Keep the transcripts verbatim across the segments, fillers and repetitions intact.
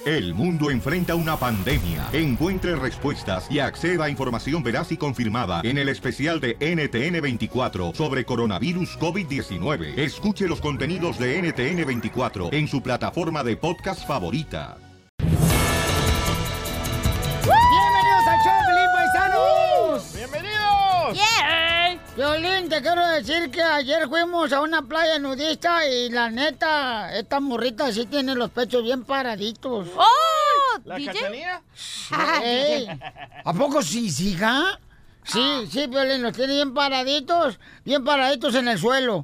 El mundo enfrenta una pandemia. Encuentre respuestas y acceda a información veraz y confirmada en el especial de N T N veinticuatro sobre coronavirus COVID diecinueve. Escuche los contenidos de N T N veinticuatro en su plataforma de podcast favorita. ¡Bienvenidos al show, Piolín, paisanos! ¡Bienvenidos! ¡Yeah! Piolín, te quiero decir que ayer fuimos a una playa nudista y la neta, esta morrita sí tiene los pechos bien paraditos. ¡Oh! ¿La ¿D J? Cachanilla? Ey, ¿a poco sí, sí, hija? Sí, sí, Piolín, los tiene bien paraditos, bien paraditos en el suelo.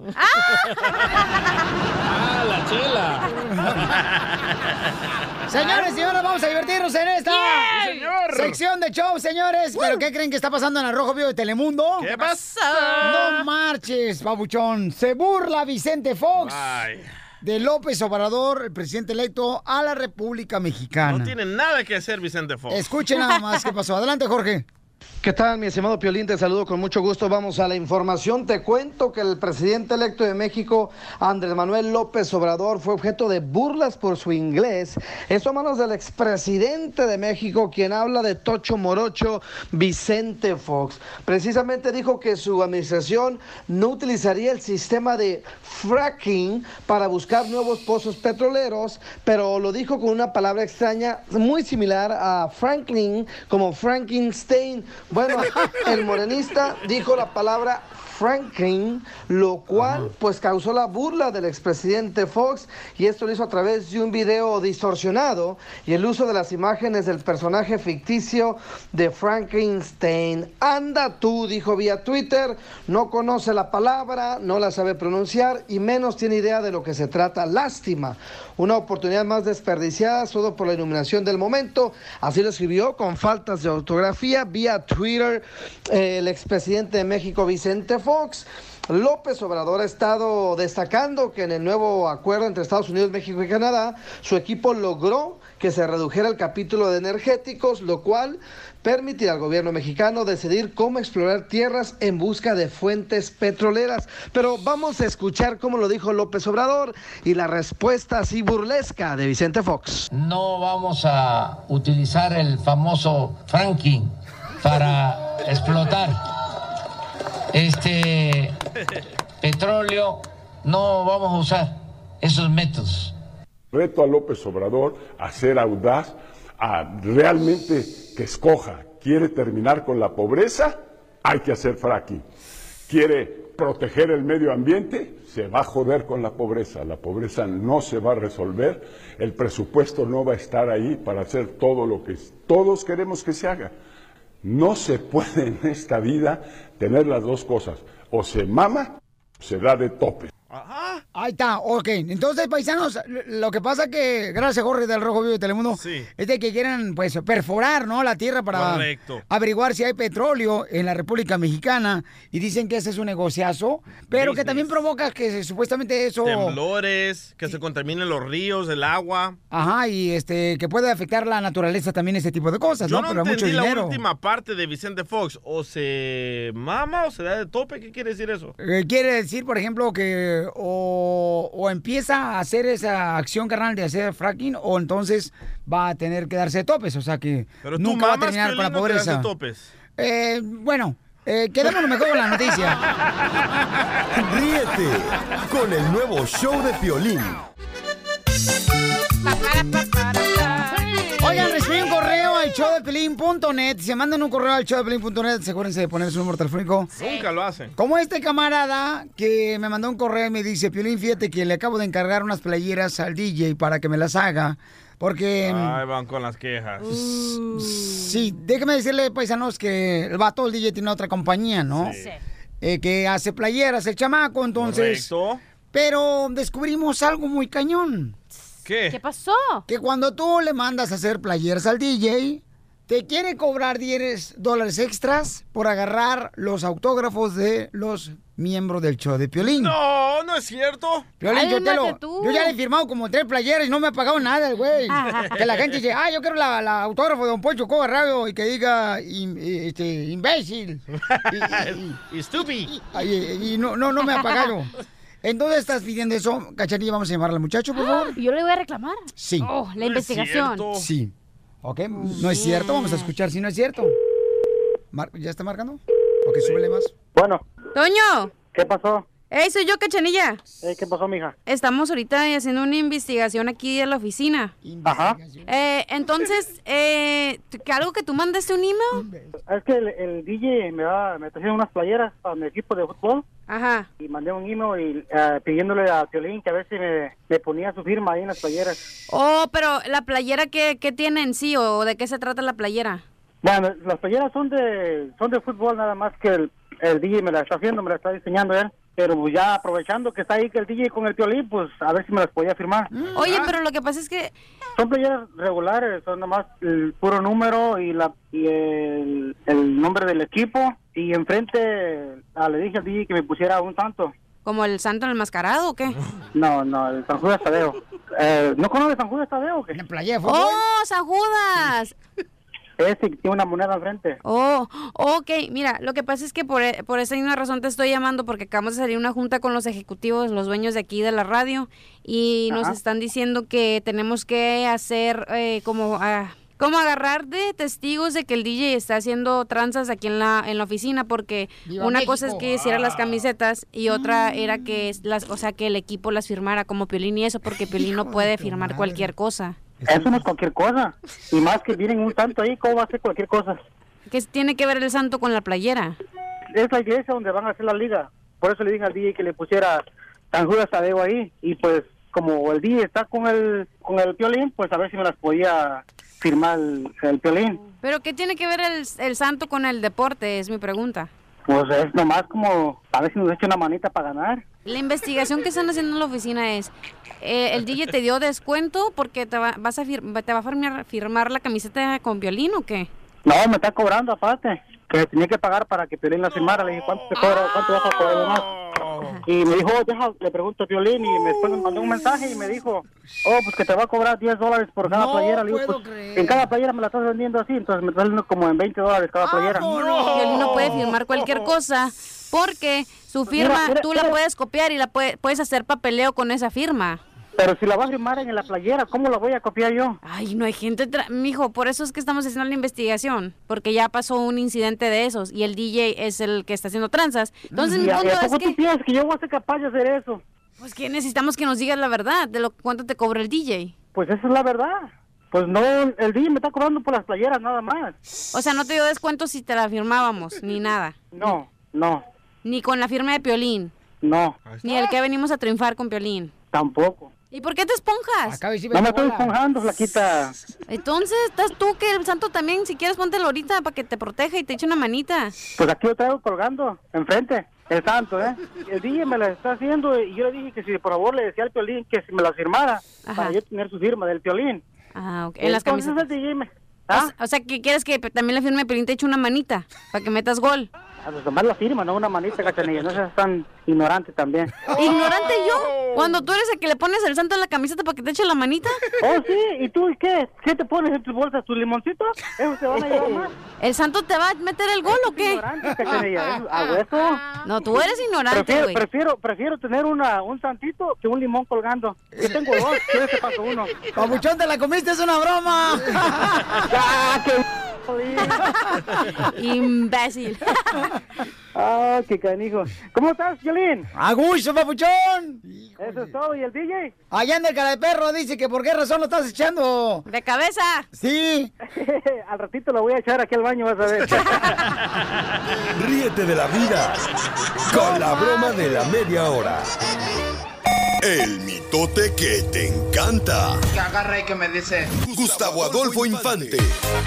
¡Ah, la chela! Señores y señoras, vamos a divertirnos en esta ¡Sí, señor! sección de show, señores. ¿Pero qué creen que está pasando en el Rojo Vivo de Telemundo? ¿Qué pasa? No marches, babuchón. Se burla Vicente Fox Ay, de López Obrador, el presidente electo a la República Mexicana. no tiene nada que hacer Vicente Fox. Escuchen nada más qué pasó. Adelante, Jorge. ¿Qué tal, mi estimado Piolín? Te saludo con mucho gusto. Vamos a la información. Te cuento que el presidente electo de México, Andrés Manuel López Obrador, fue objeto de burlas por su inglés. Esto a manos del expresidente de México, quien habla de Tocho Morocho, Vicente Fox. Precisamente dijo que su administración no utilizaría el sistema de fracking para buscar nuevos pozos petroleros, pero lo dijo con una palabra extraña, muy similar a Franklin, como Frankenstein. Bueno, el morenista dijo la palabra Franklin, lo cual pues causó la burla del expresidente Fox, y esto lo hizo a través de un video distorsionado y el uso de las imágenes del personaje ficticio de Frankenstein. Anda tú, dijo vía Twitter, no conoce la palabra, no la sabe pronunciar y menos tiene idea de lo que se trata. Lástima, una oportunidad más desperdiciada solo por la iluminación del momento. Así lo escribió con faltas de ortografía vía Twitter eh, el expresidente de México, Vicente Fox. López Obrador ha estado destacando que en el nuevo acuerdo entre Estados Unidos, México y Canadá, su equipo logró que se redujera el capítulo de energéticos, lo cual permitirá al gobierno mexicano decidir cómo explorar tierras en busca de fuentes petroleras. Pero vamos a escuchar cómo lo dijo López Obrador y la respuesta así burlesca de Vicente Fox. No vamos a utilizar el famoso fracking para explotar este petróleo, no vamos a usar esos métodos. Reto a López Obrador a ser audaz, a realmente que escoja. ¿Quiere terminar con la pobreza? Hay que hacer fracking. ¿Quiere proteger el medio ambiente? Se va a joder con la pobreza. La pobreza no se va a resolver. El presupuesto no va a estar ahí para hacer todo lo que todos queremos que se haga. No se puede en esta vida tener las dos cosas. O se mama, o se da de tope. Ajá. Ahí está, ok. Entonces, paisanos, lo que pasa que, gracias Jorge del Rojo Vivo de Telemundo, Sí. es de que quieren, pues, perforar, ¿no?, la tierra para Correcto. averiguar si hay petróleo en la República Mexicana, y dicen que ese es un negociazo, pero que Business. también provoca que se- supuestamente eso... Temblores, que se contaminen los ríos, el agua. Ajá, y este, que puede afectar la naturaleza también, ese tipo de cosas, Yo ¿no? no Pero mucho entendí la dinero. última parte de Vicente Fox. O se mama o se da de tope. ¿Qué quiere decir eso? Eh, quiere decir, por ejemplo, que o, o empieza a hacer esa acción carnal de hacer fracking, o entonces va a tener que darse de topes, o sea que Pero tú nunca va a mamas, terminar con la Piolín, ¿o te das de pobreza. topes? Eh, bueno, eh, quedémonos mejor con la noticia. Ríete con el nuevo show de Piolín. Oigan, recibí un correo al show de pelín punto net. Si mandan un correo al show de pelín punto net, asegúrense de poner su número telefónico. Nunca lo hacen. Como este camarada que me mandó un correo y me dice, Piolín, fíjate que le acabo de encargar unas playeras al D J para que me las haga. Porque... Ay, van con las quejas. Sí, déjeme decirle, paisanos, que el vato, el D J, tiene otra compañía, ¿no? Sí. Eh, que hace playeras, el chamaco, entonces... Correcto. Pero descubrimos algo muy cañón. ¿Qué? ¿Qué pasó? Que cuando tú le mandas a hacer playeras al D J, te quiere cobrar diez dólares extras por agarrar los autógrafos de los miembros del show de Piolín. No, no es cierto. Piolín, Ay, yo, te lo- ándate tú. yo ya le he firmado como tres playeras y no me ha pagado nada el güey. Que la gente dice, ah, yo quiero la, la autógrafo de Don Poncho Coba Radio y que diga im- eh, este, imbécil. Y, y- Y Stupid. y- y no, no, no me ha pagado. ¿En dónde estás pidiendo eso, Cachanilla? Vamos a llamar al muchacho, por favor. ¿Yo le voy a reclamar? Sí. Oh, la No es investigación. cierto. Sí. Ok, no es cierto. Vamos a escuchar si no es cierto. Mar- ¿Ya está marcando? Ok, súbele más. Bueno, Toño. ¿qué pasó? Hey, soy yo, Cachanilla. Hey, ¿qué pasó, mija? Estamos ahorita haciendo una investigación aquí en la oficina. Ajá. Eh, entonces, eh, ¿que algo que tú mandaste un email? Es que el, el D J me, va, me está haciendo unas playeras para mi equipo de fútbol Ajá. y mandé un email y, eh, pidiéndole a Piolín que a ver si me, me ponía su firma ahí en las playeras. Oh, pero la playera, ¿qué, qué tiene en sí o de qué se trata la playera? Bueno, las playeras son de son de fútbol, nada más que el, el D J me la está haciendo, me la está diseñando él. Pero pues ya aprovechando que está ahí que el D J con el Piolín, pues a ver si me las podía firmar. Oye, pero lo que pasa es que... Son playeras regulares, son nada más el puro número y la y el, el nombre del equipo. Y enfrente ah, le dije al D J que me pusiera un santo. ¿Como el santo en el mascarado o qué? No, no, el San Judas Tadeo. Eh, ¿No conoces San Judas Tadeo o qué? ¿En la playa de fútbol? ¡Oh, San Judas! Ese que tiene una moneda enfrente. Oh, ok, mira, lo que pasa es que por, e- por esa misma razón te estoy llamando porque acabamos de salir una junta con los ejecutivos, los dueños de aquí de la radio y nos Ajá. están diciendo que tenemos que hacer eh, como... ah, como agarrar de testigos de que el D J está haciendo tranzas aquí en la en la oficina porque ¡Viva una México! cosa es que hiciera las camisetas y otra era que es las o sea que el equipo las firmara como Piolín y eso porque Piolín no Hijo puede de tu firmar madre. cualquier cosa. Eso no es cualquier cosa. Y más que vienen un santo ahí, ¿cómo va a ser cualquier cosa? ¿Qué tiene que ver el santo con la playera? Es la iglesia donde van a hacer la liga. Por eso le dije al D J que le pusiera San Judas Tadeo ahí. Y pues como el D J está con el con el Piolín, pues a ver si me las podía firmar el, el Piolín. ¿Pero qué tiene que ver el, el santo con el deporte? Es mi pregunta. Pues es nomás como a ver si nos echa una manita para ganar. La investigación que están haciendo en la oficina es, eh, ¿el D J te dio descuento porque te va, vas a fir- te va a firmar, firmar la camiseta con Piolín o qué? No, me está cobrando aparte, que tenía que pagar para que Piolín la firmara. Le dije, ¿cuánto te cobra? ¿Cuánto vas a cobrar más? Y me dijo, oh, deja, le pregunto a Piolín y me- después me mandó un mensaje y me dijo, oh, pues que te va a cobrar diez dólares por cada No playera. Le digo, puedo pues creer. en cada playera me la estás vendiendo así, entonces me está saliendo como en veinte dólares cada playera. Piolín no puede firmar cualquier cosa porque su firma Mira, mira, tú la mira. puedes copiar y la puede- puedes hacer papeleo con esa firma. Pero si la va a firmar en la playera, ¿cómo la voy a copiar yo? Ay, no hay gente, tra- mijo, por eso es que estamos haciendo la investigación, porque ya pasó un incidente de esos y el D J es el que está haciendo tranzas. Entonces mi ¿Y a, y punto a es poco tú que, piensas que yo voy a ser capaz de hacer eso? pues que necesitamos que nos digas la verdad de lo cuánto te cobra el D J. Pues esa es la verdad. Pues no, el D J me está cobrando por las playeras nada más. O sea, no te dio descuento si te la firmábamos, ni nada. No, no, Ni con la firma de Piolín, no, ni el que venimos a triunfar con Piolín. tampoco. ¿Y por qué te esponjas? Acá sí No me me estoy bola. esponjando, flaquita. Entonces, estás tú que el santo también, si quieres póntelo ahorita para que te proteja y te eche una manita. Pues aquí lo traigo colgando, enfrente, el santo, ¿eh? El D J me la está haciendo y yo le dije que si por favor le decía al Piolín que si me la firmara, Ajá. para yo tener su firma del Piolín. Ah, ok. En las Entonces camisetas. el D J me... O ¿Ah? s- O sea, que quieres que pe- también la firme de Piolín te eche una manita para que metas gol. A los demás la firma, no una manita, Cachanilla, no seas tan ignorante también. ¿Ignorante yo? Cuando tú eres el que le pones el santo en la camiseta para que te eche la manita. Oh, sí, ¿y tú qué? ¿Qué te pones en tus bolsas, tus limoncitos? ¿Esos te van a llevar más? ¿El santo te va a meter el gol o qué? Ignorante, Cachanilla, ¿eh? ¿A hueso? No, tú eres ignorante, Prefiero, güey. prefiero, prefiero tener una, un santito que un limón colgando. Yo tengo dos, ¿quieres que paso uno? Papuchón, te la comiste, es una broma. ¡Ah, qué Imbécil. ¡Ah, qué canijo! ¿Cómo estás, Violín? ¡A gusto, papuchón! Eso es todo, ¿y el D J? Allá en el cara de perro dice que por qué razón lo estás echando. De cabeza. Sí. Al ratito lo voy a echar aquí al baño, vas a ver. Ríete de la vida con la broma de la media hora. El mitote que te encanta. Que agarra y que me dice Gustavo Adolfo Infante.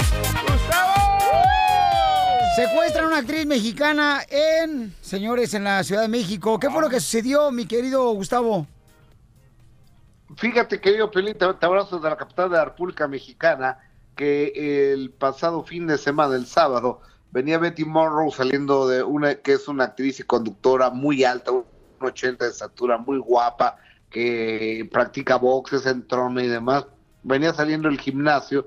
Secuestran a una actriz mexicana en, señores, en la Ciudad de México. ¿Qué fue lo que sucedió, mi querido Gustavo? Fíjate, querido Piolín, te, te abrazo de la capital de la República Mexicana, que el pasado fin de semana, el sábado, venía Betty Monroe saliendo de una, que es una actriz y conductora muy alta, un ochenta de estatura, muy guapa, que practica boxes, entrona y demás. Venía saliendo del gimnasio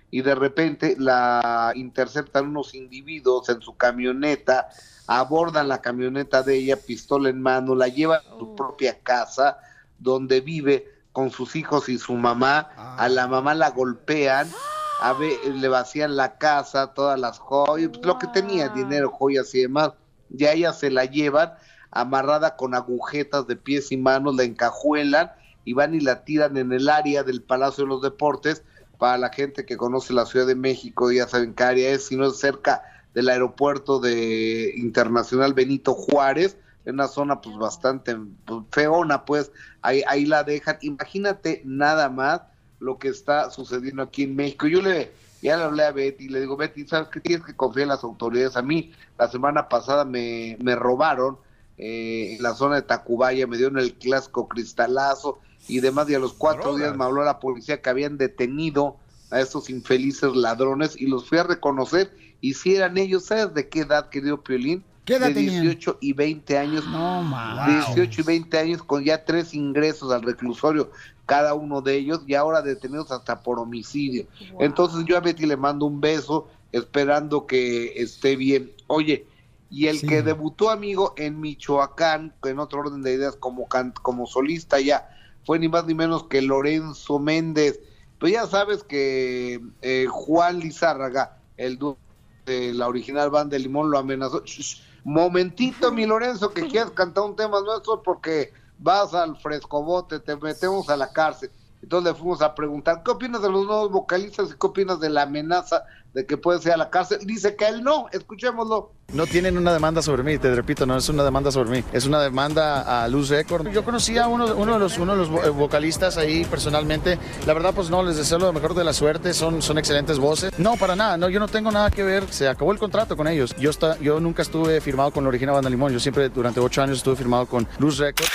y de repente la interceptan unos individuos en su camioneta, abordan la camioneta de ella, pistola en mano, la llevan a su propia casa donde vive con sus hijos y su mamá. A la mamá la golpean, a ver, le vacían la casa, todas las joyas, lo que tenía, dinero, joyas y demás, y a ella se la llevan amarrada con agujetas de pies y manos, la encajuelan y van y la tiran en el área del Palacio de los Deportes. Para la gente que conoce la Ciudad de México, ya saben qué área es, si no es cerca del aeropuerto de Internacional Benito Juárez, en una zona pues bastante pues, feona, pues ahí, ahí la dejan. Imagínate nada más lo que está sucediendo aquí en México. Yo le ya le hablé a Betty, le digo, Betty, ¿sabes qué? Tienes que confiar en las autoridades. A mí la semana pasada me, me robaron eh, en la zona de Tacubaya, me dieron el clásico cristalazo y demás, y a los cuatro Drogas. días me habló la policía que habían detenido a esos infelices ladrones y los fui a reconocer, y si eran ellos. ¿Sabes de qué edad, querido Piolín? ¿Qué edad de dieciocho y veinte años. No, man. dieciocho y veinte años, con ya tres ingresos al reclusorio cada uno de ellos, y ahora detenidos hasta por homicidio. Wow. Entonces yo a Betty le mando un beso, esperando que esté bien. Oye, y el sí. que debutó, amigo, en Michoacán, en otro orden de ideas, como, can como solista ya, fue ni más ni menos que Lorenzo Méndez. Pues ya sabes que eh, Juan Lizárraga, el dueño de la original Banda de Limón, lo amenazó. Shh, momentito, mi Lorenzo, que quieres cantar un tema nuestro porque vas al frescobote, te metemos a la cárcel. Entonces le fuimos a preguntar, ¿qué opinas de los nuevos vocalistas y qué opinas de la amenaza de que puede ser a la cárcel? Dice que él no, escuchémoslo. No tienen una demanda sobre mí, te repito, no es una demanda sobre mí, es una demanda a Luz Record. Yo conocí a uno, uno, de los, uno de los vocalistas ahí personalmente, la verdad pues no, les deseo lo mejor de la suerte, son, son excelentes voces. No, para nada, no, yo no tengo nada que ver, se acabó el contrato con ellos. Yo, está, yo nunca estuve firmado con la original Banda Limón, yo siempre durante ocho años estuve firmado con Luz Record.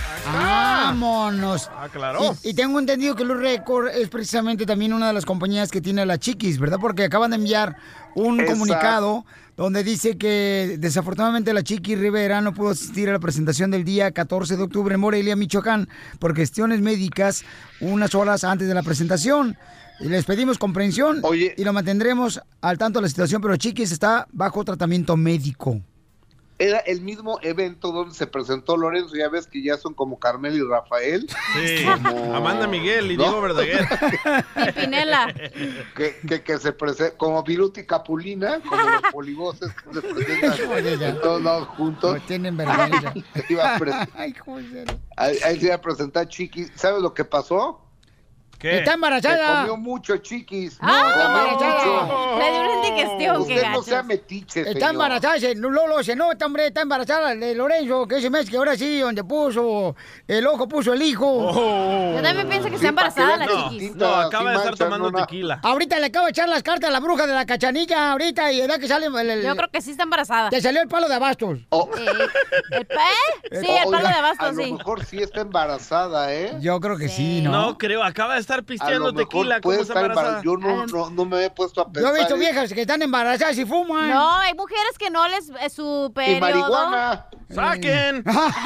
¡Vámonos! Ah, claro. Y, y tengo entendido que Luz Record es precisamente también una de las compañías que tiene la Chiquis, ¿verdad? Porque acaban de enviar un Exacto. comunicado donde dice que desafortunadamente la Chiquis Rivera no pudo asistir a la presentación del día catorce de octubre en Morelia, Michoacán, por cuestiones médicas unas horas antes de la presentación. Y les pedimos comprensión Oye. y lo mantendremos al tanto de la situación, pero Chiquis está bajo tratamiento médico. Era el mismo evento donde se presentó Lorenzo, ya ves que ya son como Carmel y Rafael. Sí, como... Amanda Miguel y ¿no? Diego Verdaguer. Y Pinela. Que, que, que se presenta como Viruti Capulina, como los polivoces que se presentan en todos lados juntos. No tienen vergüenza. Ay, joder. Ahí, ahí se iba a presentar Chiquis. ¿Sabes lo que pasó? ¿Qué? Está embarazada. Se comió mucho, Chiquis. Ah, no, está embarazada. mucho. Le dio una indigestión, Usted qué no gacho. sea metiche, Está señor. embarazada, se, Lolo, se nota, hombre, está embarazada de Lorenzo, que ese mes que ahora sí, donde puso el ojo, puso el hijo. Oh. Yo también pienso que está embarazada la no, Chiquis. No, acaba de estar tomando una... tequila. Ahorita le acabo de echar las cartas a la bruja de la Cachanilla, ahorita, y edad que sale el, el, Yo creo que sí está embarazada. Te salió el palo de abastos. Oh. Eh, ¿El pe? Sí, el palo de abastos, a sí. A lo mejor sí está embarazada, ¿eh? Yo creo que sí, Sí. ¿no? No creo, acaba de estar pisteando tequila. ¿Cómo puede está estar embarazada? embarazada. Yo no, no, no me he puesto a Yo pensar. he visto ¿eh? viejas que están embarazadas y fuman. No, hay mujeres que no les eh, su Y periodo. marihuana. ¡Saquen!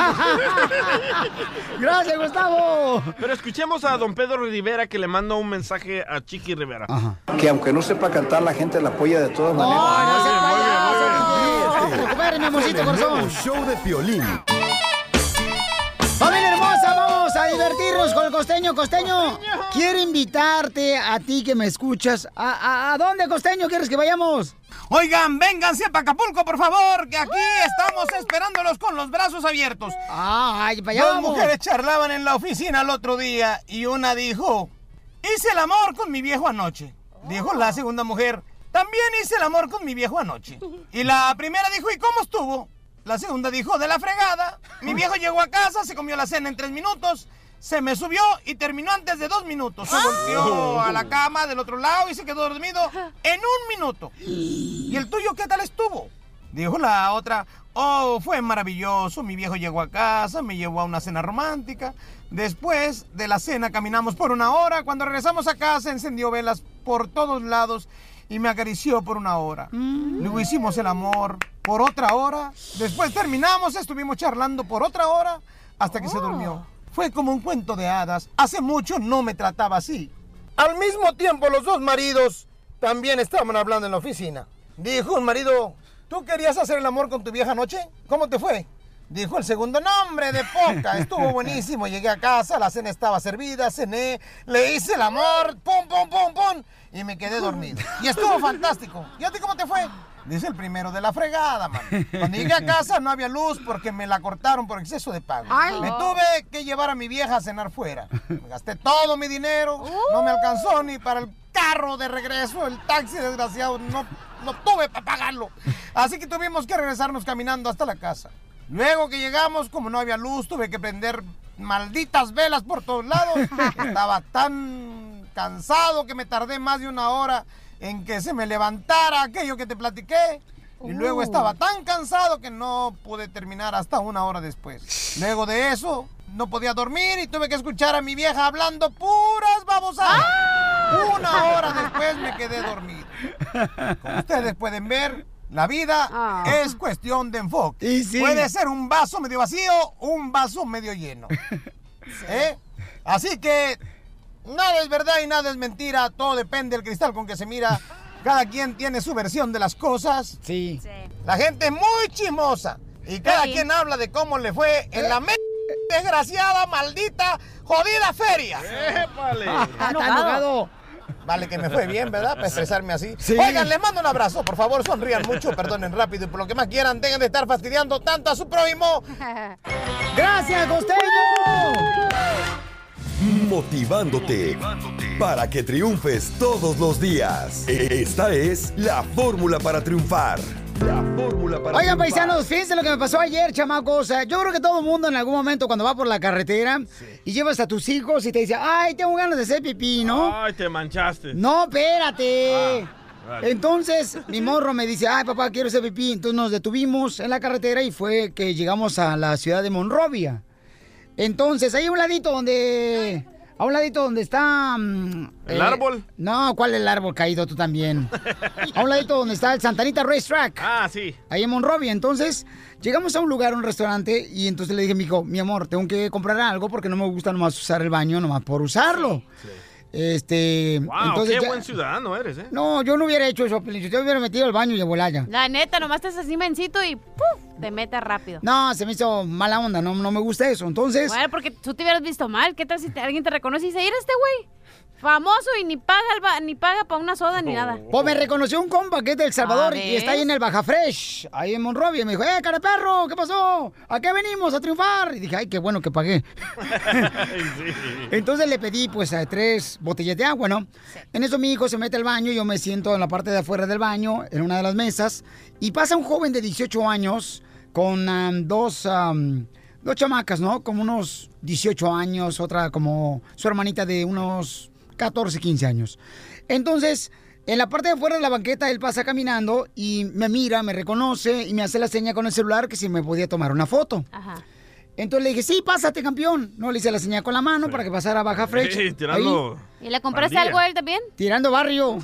Gracias, Gustavo. Pero escuchemos a don Pedro Rivera, que le manda un mensaje a Chiqui Rivera. Ajá. Que aunque no sepa cantar, la gente la apoya de todas maneras. ¡Oh, no se muy bien, vaya! ¡Recupere mi amorcito El corazón! nuevo show de Piolín. ¡Familia hermosa! Vamos a divertirnos con el Costeño. Costeño, quiero invitarte a ti que me escuchas. ¿A, a, a dónde, Costeño, quieres que vayamos? Oigan, vénganse para Acapulco, por favor, que aquí estamos esperándolos con los brazos abiertos. Ah, ay, para allá Dos vamos. mujeres charlaban en la oficina el otro día y una dijo, hice el amor con mi viejo anoche. Dijo la segunda mujer, también hice el amor con mi viejo anoche. Y la primera dijo, ¿y cómo estuvo? La segunda dijo, de la fregada. Mi viejo llegó a casa, se comió la cena en tres minutos, se me subió y terminó antes de dos minutos. Se volteó a la cama del otro lado y se quedó dormido en un minuto. ¿Y el tuyo qué tal estuvo? Dijo la otra, oh, fue maravilloso. Mi viejo llegó a casa, me llevó a una cena romántica. Después de la cena caminamos por una hora. Cuando regresamos a casa encendió velas por todos lados y me acarició por una hora. Luego hicimos el amor por otra hora. Después terminamos, estuvimos charlando por otra hora hasta que se durmió. Fue como un cuento de hadas. Hace mucho no me trataba así. Al mismo tiempo, los dos maridos También estaban hablando en la oficina. Dijo un marido, ¿tú querías hacer el amor con tu vieja anoche? ¿Cómo te fue? Dijo el segundo, no hombre, de poca, estuvo buenísimo. Llegué a casa, la cena estaba servida, cené, le hice el amor, pum, pum, pum, pum, y me quedé dormido. Y estuvo fantástico. ¿Y a ti cómo te fue? Dice el primero, de la fregada, man. Cuando llegué a casa no había luz porque me la cortaron por exceso de pago. Ay, me tuve que llevar a mi vieja a cenar fuera. Me gasté todo mi dinero, uh. no me alcanzó ni para el carro de regreso, el taxi desgraciado, no, no tuve para pagarlo. Así que tuvimos que regresarnos caminando hasta la casa. Luego que llegamos, como no había luz, tuve que prender malditas velas por todos lados. Estaba tan cansado que me tardé más de una hora en que se me levantara aquello que te platiqué. Y luego estaba tan cansado que no pude terminar hasta una hora después. Luego de eso, no podía dormir y tuve que escuchar a mi vieja hablando puras babosadas. ¡Ah! Una hora después me quedé dormido. Como ustedes pueden ver, la vida ah. es cuestión de enfoque. ¿Y sí? Puede ser un vaso medio vacío o un vaso medio lleno. ¿Eh? Así que nada es verdad y nada es mentira. Todo depende del cristal con que se mira. Cada quien tiene su versión de las cosas. Sí. sí. La gente es muy chismosa. Y cada sí. quien habla de cómo le fue en la me... desgraciada, maldita, jodida feria. ¡Épale! ¡Está enojado! Vale, que me fue bien, ¿verdad? Para expresarme así. Sí. Oigan, les mando un abrazo. Por favor, sonrían mucho, perdonen rápido y por lo que más quieran, dejen de estar fastidiando tanto a su prójimo. ¡Gracias, costeño! Motivándote para que triunfes todos los días. Esta es la fórmula para triunfar. La fórmula para Oigan, triunfar. paisanos, fíjense lo que me pasó ayer, chamacos. Yo creo que todo el mundo en algún momento cuando va por la carretera sí. y llevas a tus hijos y te dice, ay, tengo ganas de hacer pipí, ¿no? Ay, te manchaste. No, espérate. Ah, vale. Entonces, mi morro me dice, ay, papá, quiero hacer pipí. Entonces nos detuvimos en la carretera y fue que llegamos a la ciudad de Monrovia. Entonces, ahí a un ladito donde... A un ladito donde está... Um, ¿El eh, árbol? No, ¿cuál es el árbol caído? Tú también. A un ladito donde está el Santanita Racetrack. Ah, sí. Ahí en Monrovia. Entonces, llegamos a un lugar, un restaurante, y entonces le dije a mi hijo, mi amor, tengo que comprar algo porque no me gusta nomás usar el baño, nomás por usarlo. Sí, sí. Este... Wow, entonces qué ya... buen ciudadano eres, ¿eh? No, yo no hubiera hecho eso, Pelín. Yo hubiera metido al baño y de volaya. La neta, nomás te haces así mencito y ¡puf! Te metes rápido. No, se me hizo mala onda, no, no me gusta eso, entonces... Bueno, porque tú te hubieras visto mal. ¿Qué tal si te, alguien te reconoce y dice, mira este güey? Famoso y ni paga el ba- ni paga para una soda oh. ni nada. Pues me reconoció un compa que es de El Salvador y está ahí en el Baja Fresh, ahí en Monrovia. Me dijo, eh, cara perro, ¿qué pasó? ¿A qué venimos? A triunfar. Y dije, ay, qué bueno que pagué. Sí. Entonces le pedí, pues, a tres botellas de agua, ¿no? Sí. En eso mi hijo se mete al baño, yo me siento en la parte de afuera del baño, en una de las mesas, y pasa un joven de dieciocho años con um, dos... Um, dos chamacas, ¿no? Como unos dieciocho años, otra como su hermanita de unos catorce, quince años. Entonces, en la parte de afuera de la banqueta, él pasa caminando y me mira, me reconoce y me hace la seña con el celular que si me podía tomar una foto. Ajá. Entonces le dije, sí, pásate, campeón. No, le hice la señal con la mano sí. para que pasara a Baja Fresh. Sí, tirando... ¿Y le compraste pandilla. algo a él también? Tirando barrio.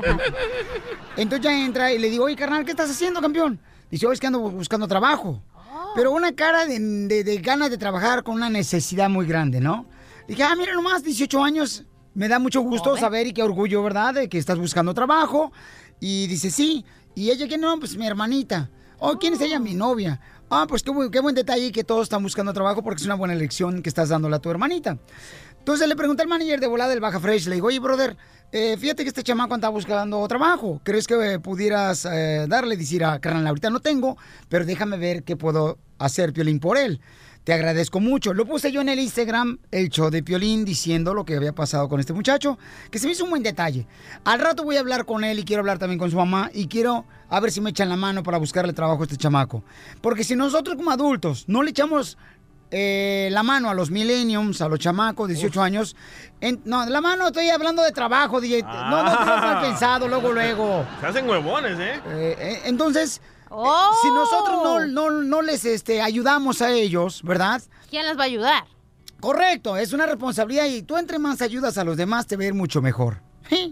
Entonces ya entra y le digo, oye, carnal, ¿qué estás haciendo, campeón? Dice, oye, es que ando buscando trabajo. Oh. Pero una cara de, de, de ganas de trabajar con una necesidad muy grande, ¿no? Dije, ah, mira nomás, dieciocho años... Me da mucho gusto ¿Joven? saber y qué orgullo, ¿verdad? De que estás buscando trabajo. Y dice, sí. Y ella, ¿quién no? Pues mi hermanita. Oh, ¿quién es ella? Mi novia. Ah, pues qué buen, qué buen detalle que todos están buscando trabajo porque es una buena elección que estás dándole a tu hermanita. Entonces le pregunté al manager de volada del Baja Fresh. Le digo, oye, brother, eh, fíjate que este chamaco está buscando trabajo. ¿Crees que eh, pudieras eh, darle? Decir, ah, carnal, ahorita no tengo, pero déjame ver qué puedo hacer, Piolín, por él. Te agradezco mucho. Lo puse yo en el Instagram, el show de Piolín, diciendo lo que había pasado con este muchacho, que se me hizo un buen detalle. Al rato voy a hablar con él y quiero hablar también con su mamá y quiero a ver si me echan la mano para buscarle trabajo a este chamaco. Porque si nosotros como adultos no le echamos eh, la mano a los millenniums, a los chamacos, dieciocho Uf. años, en, no, la mano, estoy hablando de trabajo, D J. Ah. No, no, no, mal pensado, luego, luego. Se hacen huevones, ¿eh? eh, eh entonces... Oh. Si nosotros no, no, no les este, ayudamos a ellos, ¿verdad? ¿Quién les va a ayudar? Correcto, es una responsabilidad y tú entre más ayudas a los demás te va a ir mucho mejor. ¿Sí?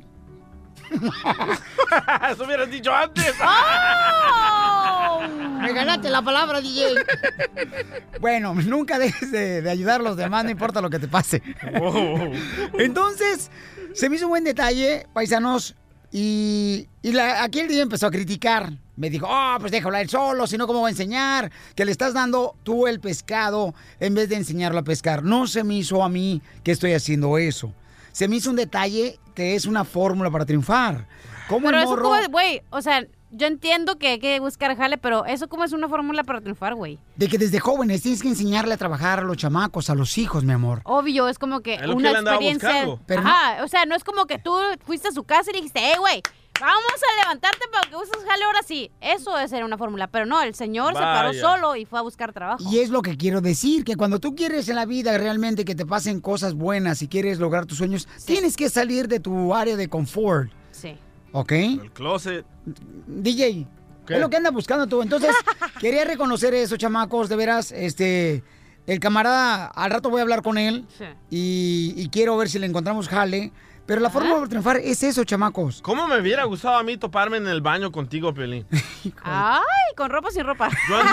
Eso hubieras dicho antes. ¡Oh! Me ganaste la palabra, D J. Bueno, nunca dejes de, de ayudar a los demás, no importa lo que te pase. Oh. Entonces, se me hizo un buen detalle, paisanos. Y, y la, aquí el día empezó a criticar. Me dijo, oh, pues déjalo a él solo, si no, ¿cómo va a enseñar? Que le estás dando tú el pescado en vez de enseñarlo a pescar. No se me hizo a mí que estoy haciendo eso. Se me hizo un detalle que es una fórmula para triunfar. ¿Cómo pero el eso morro? como, güey, o sea, yo entiendo que hay que buscar jale, pero eso como es una fórmula para triunfar, güey. De que desde jóvenes tienes que enseñarle a trabajar a los chamacos, a los hijos, mi amor. Obvio, es como que Es lo que una él andaba experiencia. buscando. Pero no- Ajá, o sea, no es como que tú fuiste a su casa y dijiste, hey, güey, vamos a levantarte para que uses jale ahora sí. Eso es ser una fórmula, pero no, el señor se paró Vaya. solo y fue a buscar trabajo. Y es lo que quiero decir, que cuando tú quieres en la vida realmente que te pasen cosas buenas y quieres lograr tus sueños, tienes que salir de tu área de confort, Sí. ¿ok? El closet. D J, ¿Qué? es lo que anda buscando tú. Entonces, quería reconocer eso, chamacos, de veras, este, el camarada, al rato voy a hablar con él Sí. y, y quiero ver si le encontramos jale. Pero la fórmula para triunfar es eso, chamacos. ¿Cómo me hubiera gustado a mí toparme en el baño contigo, Piolín? Ay, con ropa o sin ropa.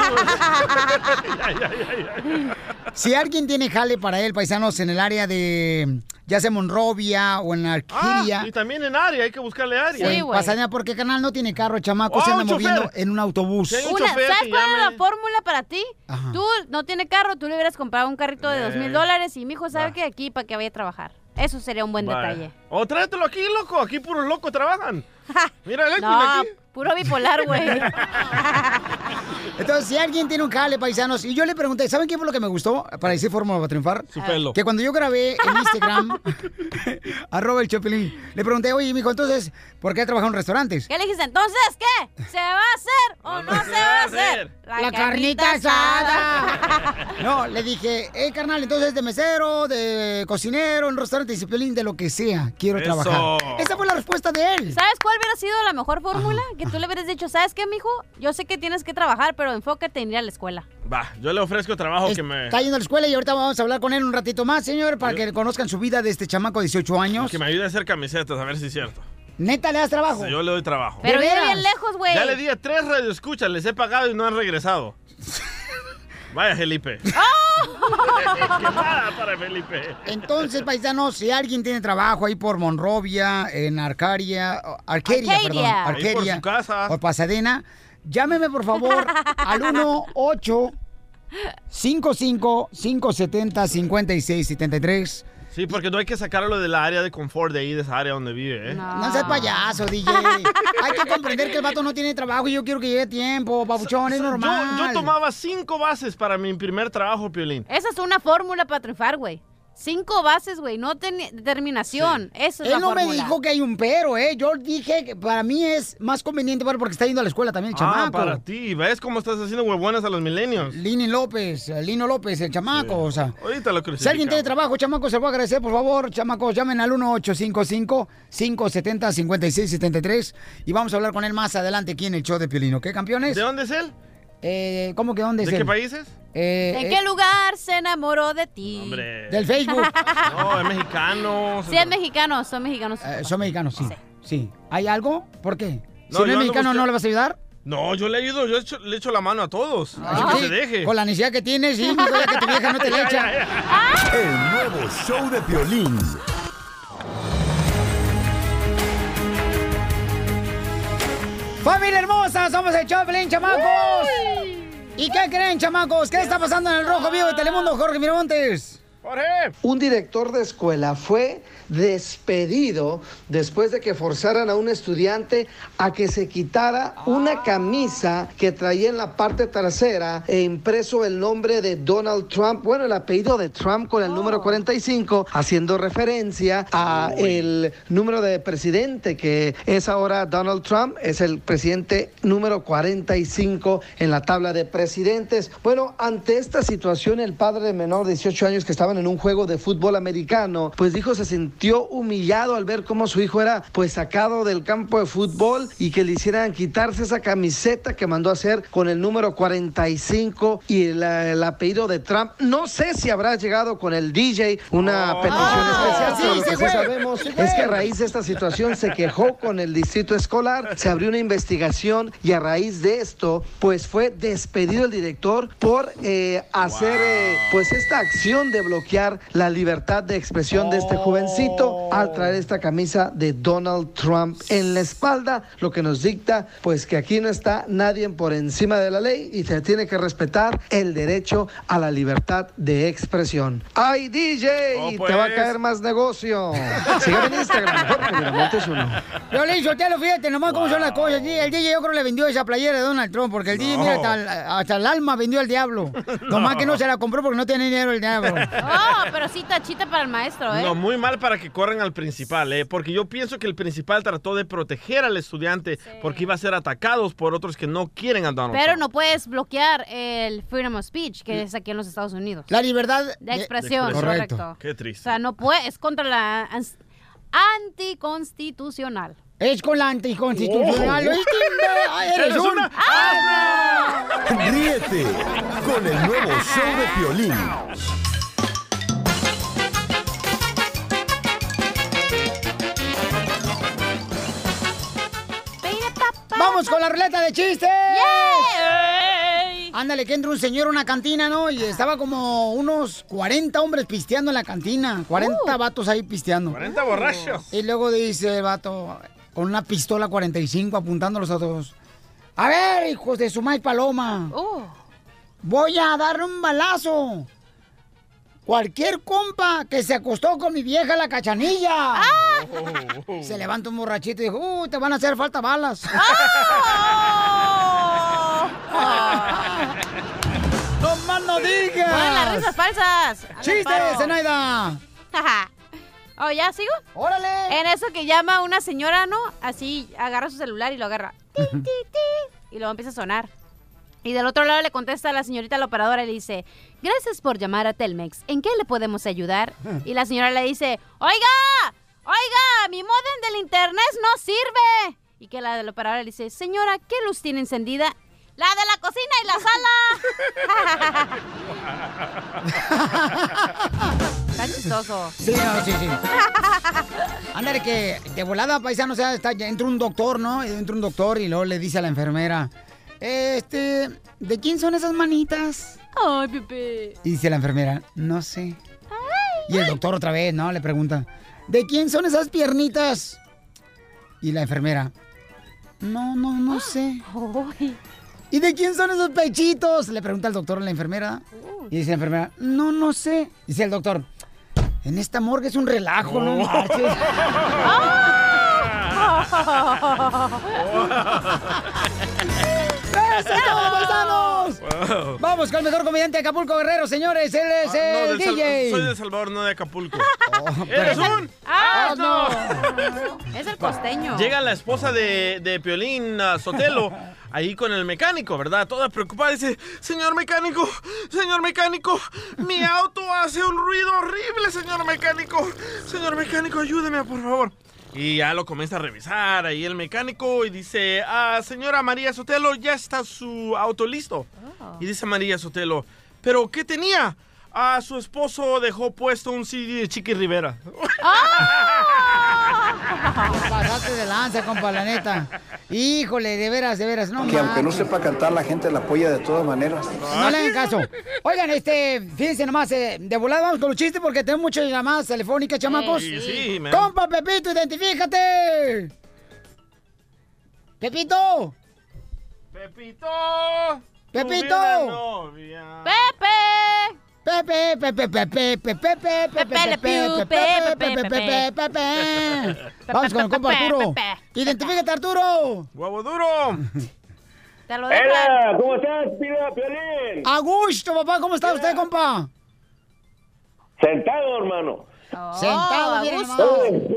Si alguien tiene jale para él, paisanos, en el área de, ya sea Monrovia o en Arquilla, Ah, y también en área, hay que buscarle área. o en Pasadena, porque canal no tiene carro, chamaco, Oh, se anda un chofer. moviendo en un autobús. Una, ¿sabes cuál es la fórmula para ti? Tú no tienes carro, tú le hubieras comprado un carrito de dos mil dólares y mi hijo sabe que aquí para que vaya a trabajar. Eso sería un buen Vaya. detalle. O tráetelo aquí, loco. Aquí puros locos trabajan. Mira, el No, aquí. puro bipolar, güey. Entonces, si alguien tiene un jale, paisanos, y yo le pregunté, ¿saben qué fue lo que me gustó para decir fórmula para triunfar? Su pelo. Que cuando yo grabé en Instagram, arroba el Chopelín, le pregunté, oye, mijo, entonces, ¿por qué trabajar en restaurantes? ¿Qué le dijiste? Entonces, ¿qué? ¿Se va a hacer o no, se va a hacer? La, carnita asada. No, le dije, hey, carnal, entonces de mesero, de cocinero, en restaurante, dice Piolín, de lo que sea, quiero Eso. trabajar. Esa fue la respuesta de él. ¿Sabes cuál hubiera sido la mejor fórmula? Que tú le hubieras dicho, ¿sabes qué, mijo? Yo sé que tienes que trabajar, pero enfócate en ir a la escuela. Va, yo le ofrezco trabajo que me... Está yendo a la escuela y ahorita vamos a hablar con él un ratito más, señor, para que conozcan su vida de este chamaco de dieciocho años. Que me ayude a hacer camisetas, a ver si es cierto. ¿Neta le das trabajo? Sí, yo le doy trabajo. Pero vive bien lejos, güey. Ya le di a tres radioescuchas, les he pagado y no han regresado. Vaya, Felipe. Quemada para Felipe. Entonces, paisanos, si alguien tiene trabajo ahí por Monrovia, en Arcaria, Arcadia, Arcadia. perdón, Ahí por Arcadia, su casa. o Pasadena, llámeme por favor al uno ocho cinco cinco cinco siete cero cinco seis siete tres. Sí, porque no hay que sacarlo de la área de confort de ahí, de esa área donde vive, ¿eh? No seas payaso, D J. Hay que comprender que el vato no tiene trabajo y yo quiero que llegue a tiempo, papuchón, es Yo, normal. yo tomaba cinco bases para mi primer trabajo, Piolín. Esa es una fórmula para triunfar, güey. Cinco bases, güey, no ten- determinación. Eso es Él la no me fórmula. dijo que hay un pero, ¿eh? Yo dije que para mí es más conveniente para- porque está yendo a la escuela también el Ah, chamaco. para ti. ¿Ves cómo estás haciendo huevonas a los milenios? Lini López, eh, Lino López, el chamaco, o sea. Ahorita lo Si alguien crucificamos. tiene trabajo, chamacos, se lo voy a agradecer, por favor, chamacos, llamen al uno ocho cinco cinco cinco siete cero cinco seis siete tres y vamos a hablar con él más adelante aquí en el show de Piolín, ¿ok, campeones? ¿De dónde es él? Eh, ¿Cómo que dónde es ¿De qué él? países? Eh, ¿En eh, qué lugar se enamoró de ti? Hombre. Del Facebook. No, es mexicano. Sí, es mexicano, son mexicanos. Eh, son mexicanos, sí. Sí. ¿Hay algo? ¿Por qué? No, si no yo es ando mexicano, buscando- ¿no le vas a ayudar? No, yo le ayudo, yo he hecho- le echo la mano a todos. Así Sí, que se deje. Con la necesidad que tienes, sí, mijo, ya que tu vieja no te le echa. El nuevo show de Piolín. ¡Familia hermosa! ¡Somos el show de Piolín, chamacos! ¿Y qué creen, chamacos? ¿Qué está pasando en el Rojo Vivo de Telemundo, Jorge Miramontes? Un director de escuela fue despedido después de que forzaran a un estudiante a que se quitara una camisa que traía en la parte trasera e impreso el nombre de Donald Trump, bueno, el apellido de Trump con el número cuarenta y cinco, haciendo referencia a el número de presidente que es ahora Donald Trump, es el presidente número cuarenta y cinco en la tabla de presidentes. Bueno, ante esta situación, el padre de menor de dieciocho años que estaban en un juego de fútbol americano, pues dijo se sintió humillado al ver cómo su hijo era pues sacado del campo de fútbol y que le hicieran quitarse esa camiseta que mandó a hacer con el número cuarenta y cinco y el, el apellido de Trump. No sé si habrá llegado con el D J una petición especial, pero sí, lo que sí sí fue. sabemos Sí fue. es que a raíz de esta situación se quejó con el distrito escolar, se abrió una investigación y a raíz de esto pues fue despedido el director por eh, hacer eh, pues esta acción de bloqueo bloquear la libertad de expresión de este jovencito al traer esta camisa de Donald Trump en la espalda, lo que nos dicta pues que aquí no está nadie por encima de la ley y se tiene que respetar el derecho a la libertad de expresión. ¡Ay, D J! Oh, pues. Te va a caer más negocio. Sígame en Instagram, mejor que Miramontes uno. Violín, Sotelo, fíjate nomás cómo son las cosas. El D J yo creo le vendió esa playera de Donald Trump, porque el D J, No. mira, hasta, hasta el alma vendió al diablo. No. Nomás que no se la compró porque no tiene dinero el diablo. Oh, pero sí tachita para el maestro, ¿eh? No, muy mal para que corran al principal, ¿eh? Porque yo pienso que el principal trató de proteger al estudiante porque iba a ser atacados por otros que no quieren a Donald Pero Trump. no puedes bloquear el freedom of speech, que es aquí en los Estados Unidos. La libertad de expresión, de correcto. expresión. Qué O triste. sea, no puede, es contra la ans- anticonstitucional. Es con la anticonstitucional. Oh. ¿Oíste? Ay, eres ¡Eres un... una ¡Asno! Ríete con el nuevo show de Piolín. ¡Vamos con la ruleta de chistes! ¡Yay! Ándale, que entra un señor a una cantina, ¿no? Y estaba como unos cuarenta hombres pisteando en la cantina. cuarenta Uh. vatos ahí pisteando. cuarenta borrachos. Y luego dice el vato, con una pistola cuarenta y cinco apuntándolos a todos. A ver, hijos de su maíz paloma. Uh. Voy a darle un balazo. Cualquier compa que se acostó con mi vieja la Cachanilla. Se levanta un borrachito y dijo, uh, te van a hacer falta balas. ¡No más no digas! ¡Ponen las risas falsas! Al ¡Chistes, amparo. Zenaida! Oh, ¿ya sigo? ¡Órale! En eso que llama una señora, ¿no? Así agarra su celular y lo agarra. Ti, ti, ti, y luego empieza a sonar. Y del otro lado le contesta a la señorita, la operadora, y le dice, gracias por llamar a Telmex. ¿En qué le podemos ayudar? Y la señora le dice, oiga, oiga, mi modem del internet no sirve. Y que la de la operadora le dice, señora, ¿qué luz tiene encendida? La de la cocina y la sala. Está chistoso. Sí, no, sí, sí. Ándale, que de volada, paisano, o sea, está, entra un doctor, ¿no? Entra un doctor y luego le dice a la enfermera, este, ¿de quién son esas manitas? Ay, Pepe. Y dice la enfermera, no sé. Y el doctor otra vez, ¿no? Le pregunta, ¿de quién son esas piernitas? Y la enfermera, no, no, no sé. ¿Y de quién son esos pechitos? Le pregunta el doctor a la enfermera. Y dice la enfermera, no, no sé. Dice el doctor, en esta morgue es un relajo, ¿no? marches". ¡Eso es todo, paisanos! Wow. Vamos con el mejor comediante de Acapulco, Guerrero, señores. Él es Ah, no, el del D Sal- J. Soy de Salvador, no de Acapulco. ¿Eres un? ¡Ah, no! Es el costeño. Llega la esposa de, de Piolín uh, Sotelo ahí con el mecánico, ¿verdad? Toda preocupada. Dice, señor mecánico, señor mecánico, mi auto hace un ruido horrible, señor mecánico. Señor mecánico, ayúdeme, por favor. Y ya lo comienza a revisar ahí el mecánico y dice, ah, señora María Sotelo, ya está su auto listo. Oh. Y dice María Sotelo, ¿pero qué tenía? Ah, su esposo dejó puesto un C D de Chiqui Rivera. Pasaste de lanza, compa, la neta. Híjole, de veras, de veras, no Que aunque no manches. sepa cantar, la gente la apoya de todas maneras. No le hagan caso. Oigan, este, fíjense nomás, eh, de volada vamos con los chistes porque tenemos muchas llamadas telefónicas, chamacos. Sí, sí, man. Compa, Pepito, identifícate. Pepito. Pepito. Pepito. Tuviera novia. Pepe. Pepe, Pepe, Pepe, Pepe, Pepe, Pepe, Le Pew, Pepe, Pepe, Pepe, Pepe, Pepe. Vamos con el compa Arturo. Identifícate, Arturo. ¡Huevo duro! Te lo Hola, ¿cómo estás, Piolín? A gusto, papá, ¿cómo está usted, compa? Sentado, hermano. Sentado, a bien gusto.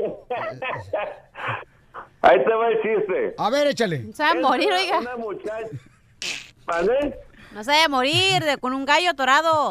Ahí te va el chiste. A ver, échale. Se va a morir, oiga. Una muchacha... ¿Vale? No se vaya a morir de- con un gallo atorado.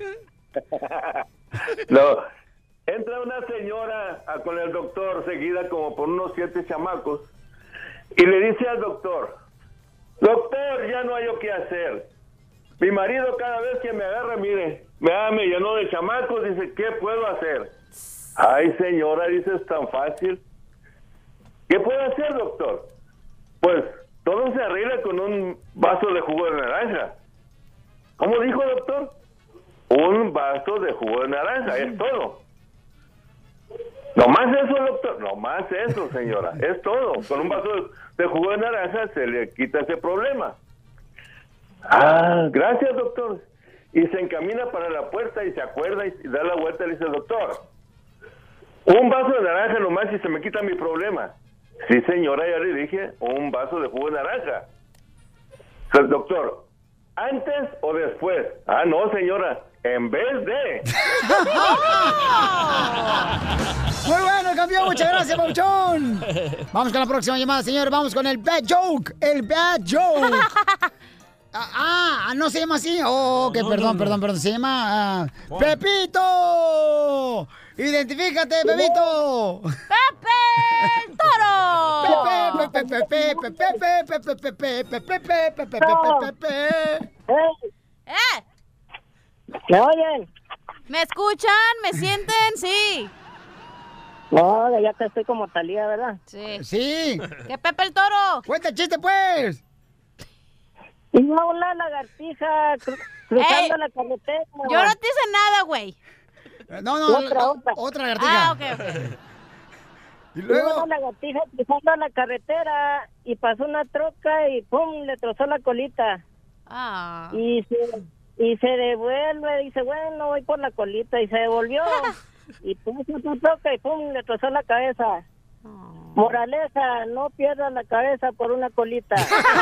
No. Entra una señora a- con el doctor, seguida como por unos siete chamacos, y le dice al doctor, doctor, ya no hay yo qué hacer. Mi marido cada vez que me agarra, mire, me, ah, me llenó de chamacos, dice, ¿qué puedo hacer? Ay, señora, dice, es tan fácil. ¿Qué puedo hacer, doctor? Pues, todo se arregla con un vaso de jugo de naranja. ¿Cómo dijo, doctor? un vaso de jugo de naranja, es todo. Nomás eso, doctor, nomás eso, señora, es todo. Con un vaso de jugo de naranja se le quita ese problema. Ah, gracias, doctor. Y se encamina para la puerta y se acuerda y da la vuelta y le dice, doctor, un vaso de naranja nomás y se me quita mi problema. Sí, señora, ya le dije, un vaso de jugo de naranja. O sea, doctor, ¿antes o después? Ah, no, señora, en vez de... Muy bueno, campeón, muchas gracias, Pauchón. Vamos con la próxima llamada, señores. Vamos con el bad joke. El bad joke. Ah, ah, no se llama así. Oh, ok, no, perdón, no, no. perdón, perdón. Se llama uh, Pepito. Identifícate, Pepito. Pepe Toro. Pepe, Pepe, Pepe, Pepe, Pepe, Pepe, Pepe, Pepe, Pepe, Pepe, Pepe. ¡Eh! ¿Me oyen? ¿Me escuchan? ¿Me sienten? Sí. No, ya que estoy como Talía, ¿verdad? Sí. Sí. ¿Qué Pepe el Toro? Cuenta el chiste, pues. Iba una lagartija cru cruzando Ey, la carretera. Yo no te hice nada, güey. No, no, otra, otra. otra lagartija. Ah, ok, ok. Y luego... Iba una lagartija cruzando la carretera y pasó una troca y pum, le trozó la colita. Ah. Y se, y se devuelve, dice, bueno, voy por la colita. Y se devolvió. Y pum, otra troca y pum, le trozó la cabeza. Oh. Moraleja, no pierdas la cabeza por una colita.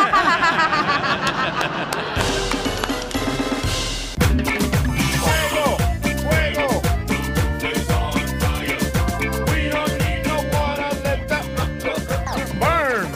¡Fuego! ¡Fuego! ¡Burn!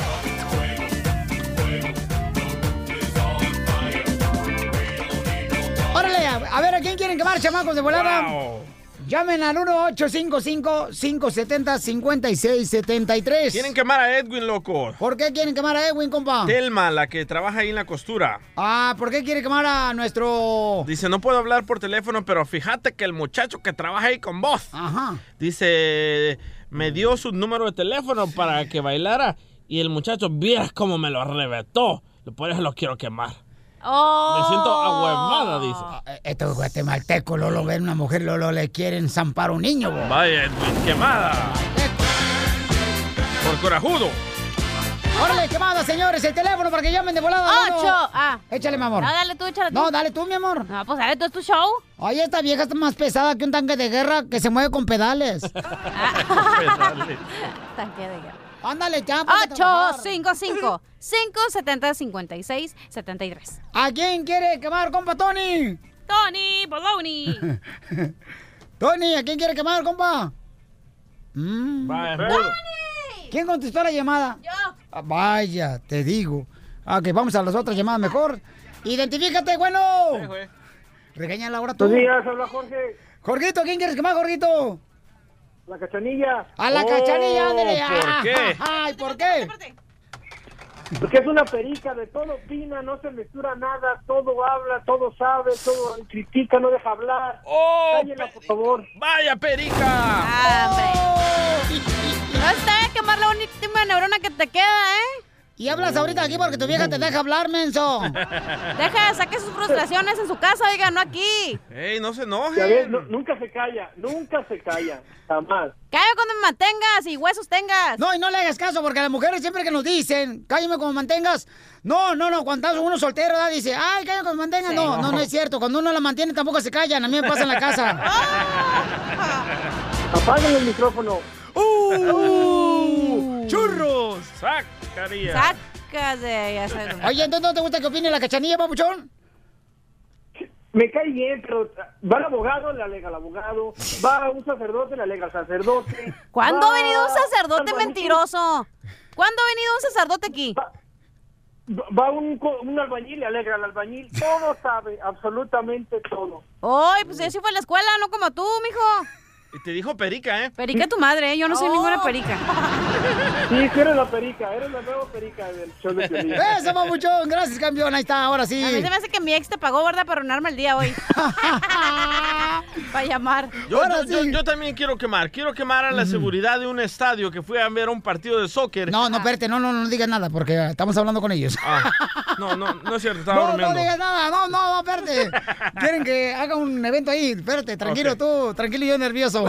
¡Órale! A ver, ¿a quién quieren quemar, chamacos de volada? Wow. Llamen al uno ocho cinco cinco, cinco siete cero, cinco seis siete tres. Quieren quemar a Edwin, loco. ¿Por qué quieren quemar a Edwin, compa? Telma, la que trabaja ahí en la costura. Ah, ¿por qué quiere quemar a nuestro...? Dice, no puedo hablar por teléfono, pero fíjate que el muchacho que trabaja ahí con vos. Ajá. Dice, me dio su número de teléfono para que bailara y el muchacho, vieras cómo me lo arrebató. Por eso lo quiero quemar. Oh. Me siento ahuevada, dice. Estos guatemaltecos, Lolo, ven una mujer, Lolo, le quieren zampar a un niño, bo. Vaya, quemada. Por corajudo. Órale, quemada, señores, el teléfono para que llamen de volada. Ocho. Lolo. Ah. Échale, mi amor. No, dale tú, échale tú. No, dale tú, mi amor. No, pues dale tú, es tu show. Oye, esta vieja está más pesada que un tanque de guerra que se mueve con pedales. Pedales. Tanque de guerra. Ándale, ya. ocho cinco cinco, cinco siete cero, cinco seis siete tres. ¿A quién quiere quemar, compa Tony? Tony Bologna. Tony, ¿a quién quiere quemar, compa? Mm. ¡Tony! ¿Quién contestó la llamada? Yo. Ah, vaya, te digo. Ok, vamos a las otras llamadas mejor. Identifícate, bueno. Sí, regáñala ahora tú. Buenos días, habla Jorge. Jorgito, ¿a quién quieres quemar, Jorgito? La Cachanilla. A la oh, Cachanilla, ándale. ¿Por qué? Ay, ¿por qué? Porque es una perica, de todo opina, no se mezcla nada, todo habla, todo sabe, todo critica, no deja hablar. ¡Oh! Cállela, por favor. ¡Vaya perica! Ah, hombre. No está a quemar la última neurona que te queda, ¿eh? Y hablas ahorita aquí porque tu vieja te deja hablar, menso. Deja, saque sus frustraciones en su casa, oiga, no aquí. Ey, no se enojen. Ya ves, no, nunca se calla, nunca se calla, jamás. Cállame cuando me mantengas y huesos tengas. No, y no le hagas caso, porque a las mujeres siempre que nos dicen, cállame cuando mantengas. No, no, no, cuando uno soltero, ¿verdad? Dice, ay, cállame cuando mantengas. Sí. No, no, no es cierto. Cuando uno la mantiene tampoco se callan. A mí me pasa en la casa. Apaguen el micrófono. ¡Uh! uh ¡Churros! ¡Sacaría! ¡Sacas de ya sabes. Oye, ¿entonces no te gusta que opine la Cachanilla, papuchón? Me cae bien, pero va al abogado, le alega al abogado. Va a un sacerdote, le alega al sacerdote. ¿Cuándo va ha venido un sacerdote mentiroso? ¿Cuándo ha venido un sacerdote aquí? Va, va un, un albañil, le alega al albañil. Todo sabe, absolutamente todo. Ay, pues yo sí fue a la escuela, no como tú, mijo. Y te dijo perica, ¿eh? Perica tu madre, ¿eh? Yo no soy Oh. ninguna perica. Sí, tú eres la perica, eres la nueva perica del show de Piolín. ¡Eso, papuchón! Gracias, campeón. Ahí está, ahora sí. A mí se me hace que mi ex te pagó, ¿verdad? Para arruinarme el día hoy. Para llamar. Yo, yo, yo, yo también quiero quemar. Quiero quemar a la seguridad de un estadio que fue a ver un partido de soccer. No, no, espérate, no, no, no digas nada, porque estamos hablando con ellos. Ah, no, no, no es cierto, estaba No, bromeando. no digas nada, no, no, no, espérate. Quieren que haga un evento ahí, espérate, tranquilo Ok. tú, tranquilo y yo nervioso.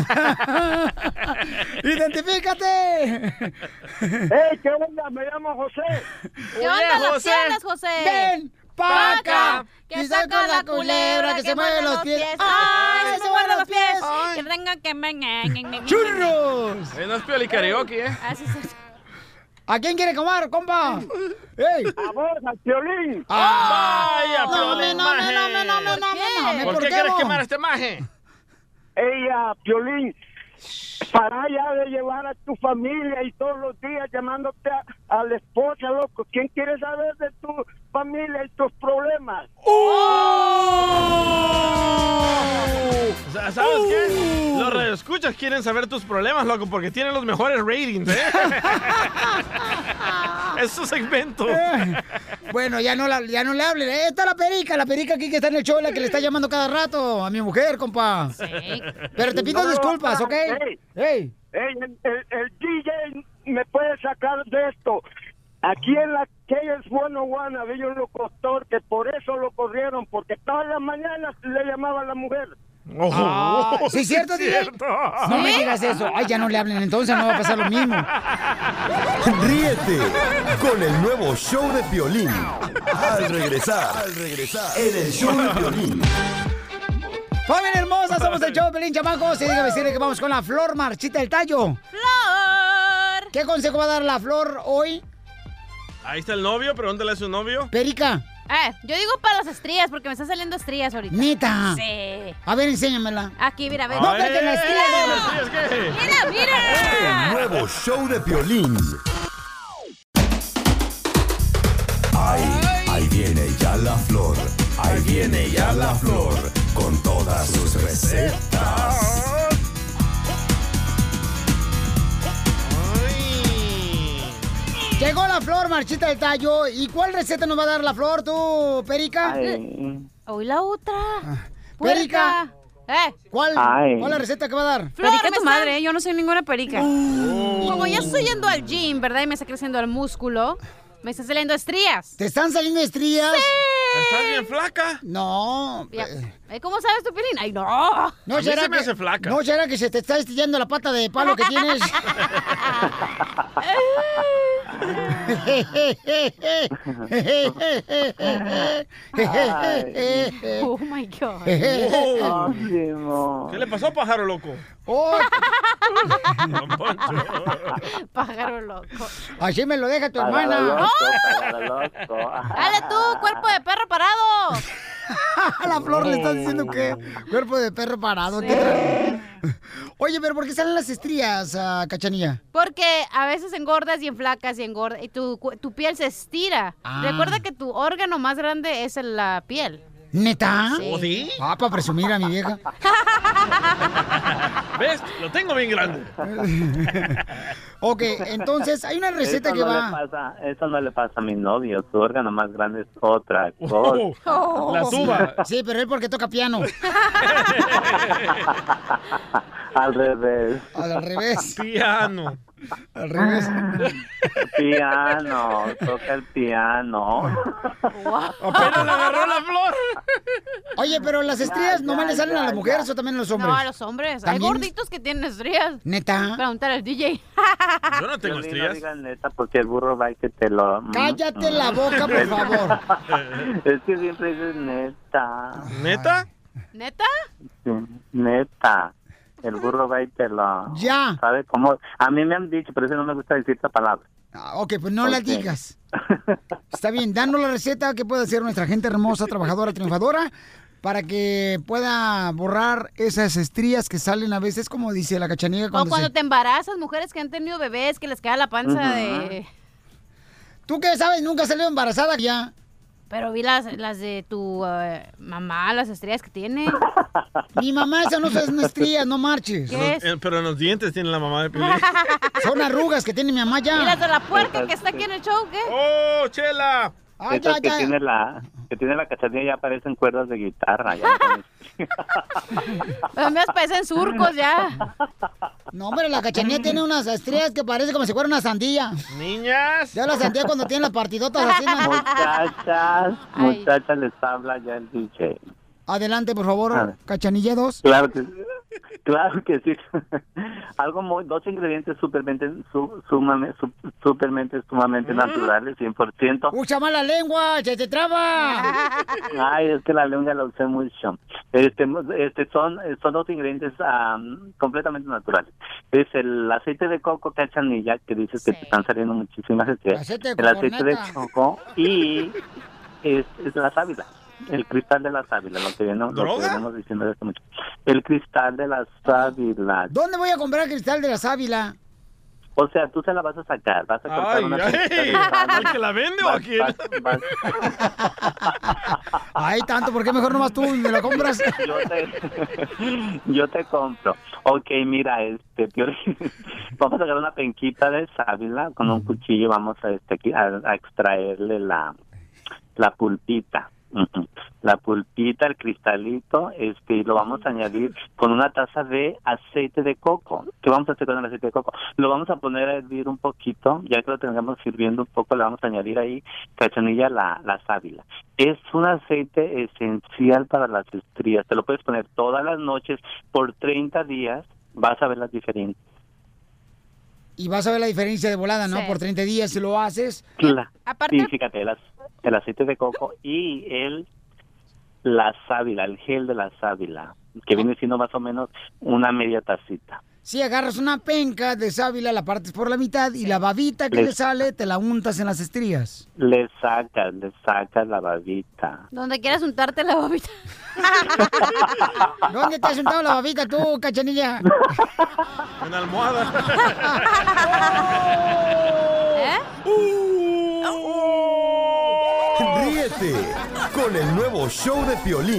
¡Identifícate! ¡Ey, qué onda! Me llamo José. ¿Qué onda las piernas, José? ¡Ven pa' acá! Que saca la culebra, que se mueve los pies. ¡Ay, ¡Ay, se mueve los pies! Que tenga que me... ¡Churros! Eh, no es Pioli Karaoke, ¿eh? Ah, sí, sí. ¿A quién quiere comer, compa? ¡Ey! ¡A vos, al Piolín! ¡Vaya, No, Piolín, no, no, maje! no, no, no, no, no, no, ¿Por qué quieres quemar a este maje? Ella, Piolín, para ya de llevar a tu familia y todos los días llamándote a, a la esposa, loco. ¿Quién quiere saber de tu familia y tus problemas? O sea, ¿sabes qué? Los radioescuchas quieren saber tus problemas, loco, porque tienen los mejores ratings, ¿eh? Es su segmento. Bueno, ya no, la, ya no le hablen. Eh, está la perica, la perica aquí que está en el show, la que le está llamando cada rato a mi mujer, compa. Sí. Pero te pido No, disculpas, ¿ok? Ey, ¡Ey! ey, el, el- el D J me puede sacar de esto. Aquí en la K S ciento uno había un locutor que por eso lo corrieron, porque todas las mañanas le llamaba a la mujer. Ah, ¿sí es cierto, D J? cierto. No me digas eso. Ay, ya no le hablen, entonces no va a pasar lo mismo. Ríete con el nuevo show de Piolín. Al regresar, al regresar, en el show de Piolín. ¡Familia hermosa! Somos el show de Pelín, chamacos. Y dígame decirle que vamos con la Flor Marchita del Tallo. ¡Flor! ¿Qué consejo va a dar la Flor hoy? Ahí está el novio, pregúntale a su novio. Perica. Eh, yo digo para las estrías, porque me están saliendo estrías ahorita. ¿Neta? Sí. A ver, enséñamela. Aquí, mira, ven. No, espérate, la estría, ¿las estrías qué? Mira, mira. El nuevo show de Piolín. Ahí, ahí viene ya la Flor. Ahí viene ya la Flor. Con todas sus recetas. Llegó la Flor Marchita del Tallo. ¿Y cuál receta nos va a dar la Flor, tú, Perica? Hoy la otra. Perica. Eh. ¿Cuál, Ay. ¿Cuál es la receta que va a dar? Flor, perica tu madre, yo no soy ninguna perica. Como ya estoy yendo al gym, ¿verdad? Y me está creciendo el músculo, me están saliendo estrías. ¿Te están saliendo estrías? ¡Sí! ¿Estás bien flaca? No. Ya. Ay, ¿cómo sabes tu Piolín? Ay, no. No A mí se me que, hace flaca. ¿No será que se te está estirando la pata de palo que tienes? Oh my God. ¿Qué le pasó, pájaro loco? Oh. Don Poncho. Pájaro loco. Así me lo deja tu Pájaro hermana. loco, Dale tú, cuerpo de perro parado. A la Flor le estás diciendo que cuerpo de perro parado. ¿Qué tra- Oye, pero ¿por qué salen las estrías, uh, Cachanilla? Porque a veces engordas y enflacas y engordas y tu, cu- tu piel se estira. Ah. Recuerda que tu órgano más grande es la piel. ¿Neta? Sí. ¿Oh, sí? Ah, para presumir a mi vieja. ¿Ves? Lo tengo bien grande. Ok, entonces hay una receta eso que no va... Le pasa, eso no le pasa a mi novio. Su órgano más grande es otra cosa. Oh, La tuba. Sí, pero él porque toca piano. Al revés. Al revés. Piano. Al revés. Piano, toca el piano. Apenas le agarró la flor. Oye, pero las estrías Ya, nomás ya, le salen a ya, las mujeres ya. o también a los hombres. No, a los hombres. Hay ¿También? gorditos que tienen estrías. ¿Neta? Preguntar al D J. Yo no tengo Piolín, estrías. No digas neta porque el burro va y que te lo... Cállate la boca, por favor. Es que siempre dices neta. ¿Neta? ¿Neta? Sí, neta. El burro va y te lo... Ya. ¿Sabe cómo? A mí me han dicho, pero eso no me gusta decir esta palabra. Ah, ok, pues no la Ok. digas. Está bien, danos la receta que puede hacer nuestra gente hermosa, trabajadora, triunfadora, para que pueda borrar esas estrías que salen a veces, como dice la Cachanilla. O Cuando cuando se- te embarazas, mujeres que han tenido bebés, que les queda la panza Ujú. de... ¿Tú qué sabes? Nunca has salido embarazada ya. Pero vi las, las de tu eh, mamá, las estrellas que tiene. Mi mamá, esa no son estrías, no marches. ¿Qué es? Eh, Pero en los dientes tiene la mamá de Piolín. Son arrugas que tiene mi mamá ya. ¿Y las de la puerca que está aquí en el show, qué? ¡Oh, Chela! Ah, Esas ya, que ya. tiene la que tiene la Cachanilla ya parecen cuerdas de guitarra. Ya. Los míos parecen surcos ya. No, hombre, la Cachanilla tiene unas estrías que parece como si fuera una sandía. Niñas. Ya la sandía cuando tiene las partidotas así. ¿no? Muchachas, muchachas, les habla ya el D J. Adelante, por A favor, ver. Cachanilla dos. Claro que claro que sí. Algo muy, dos ingredientes supermente, su, sumamente, su, supermente, sumamente Mm. naturales, cien por ciento. Usa más la lengua, se te traba. Ay, es que la lengua la usé mucho. Este, este son, son dos ingredientes um, completamente naturales. Es el aceite de coco, Cachanilla, que dices que te están saliendo muchísimas estrellas. Aceite de El aceite de cocorneta. coco y es, es la sábila. El cristal de la sábila, lo que, viene, lo que ¿Droga? venimos diciendo desde mucho. El cristal de la sábila. ¿Dónde voy a comprar cristal de la sábila? O sea, tú se la vas a sacar, vas a cortar Ay, una ay, pequeñita de sábila. ¿al que la vende o a quién? Vas- vas- Ay, tanto, ¿por qué mejor nomás tú me lo compras? yo, te, yo te compro. Ok, mira, este, Piolín, vamos a sacar una penquita de sábila con un cuchillo, vamos a, este, aquí, a, a extraerle la, la pulpita. Ujú. La pulpita, el cristalito, este, y lo vamos a añadir con una taza de aceite de coco. ¿Qué vamos a hacer con el aceite de coco? Lo vamos a poner a hervir un poquito, ya que lo tengamos hirviendo un poco, le vamos a añadir ahí, Cachanilla, la, la sábila. Es un aceite esencial para las estrías. Te lo puedes poner todas las noches por treinta días, vas a ver las diferencias. Y vas a ver la diferencia de volada, ¿no? Sí. Por treinta días si lo haces. Claro. Aparte- Sí, fíjate, el, ac- el aceite de coco y el la sábila, el gel de la sábila, que viene siendo más o menos una media tacita. Si agarras una penca de sábila, la partes por la mitad y la babita que Le- le sale te la untas en las estrías. Le sacas, le sacas la babita. Donde quieras untarte la babita. ¿Dónde te has untado la babita tú, Cachanilla? En la almohada. Ríete con el nuevo show de Piolín.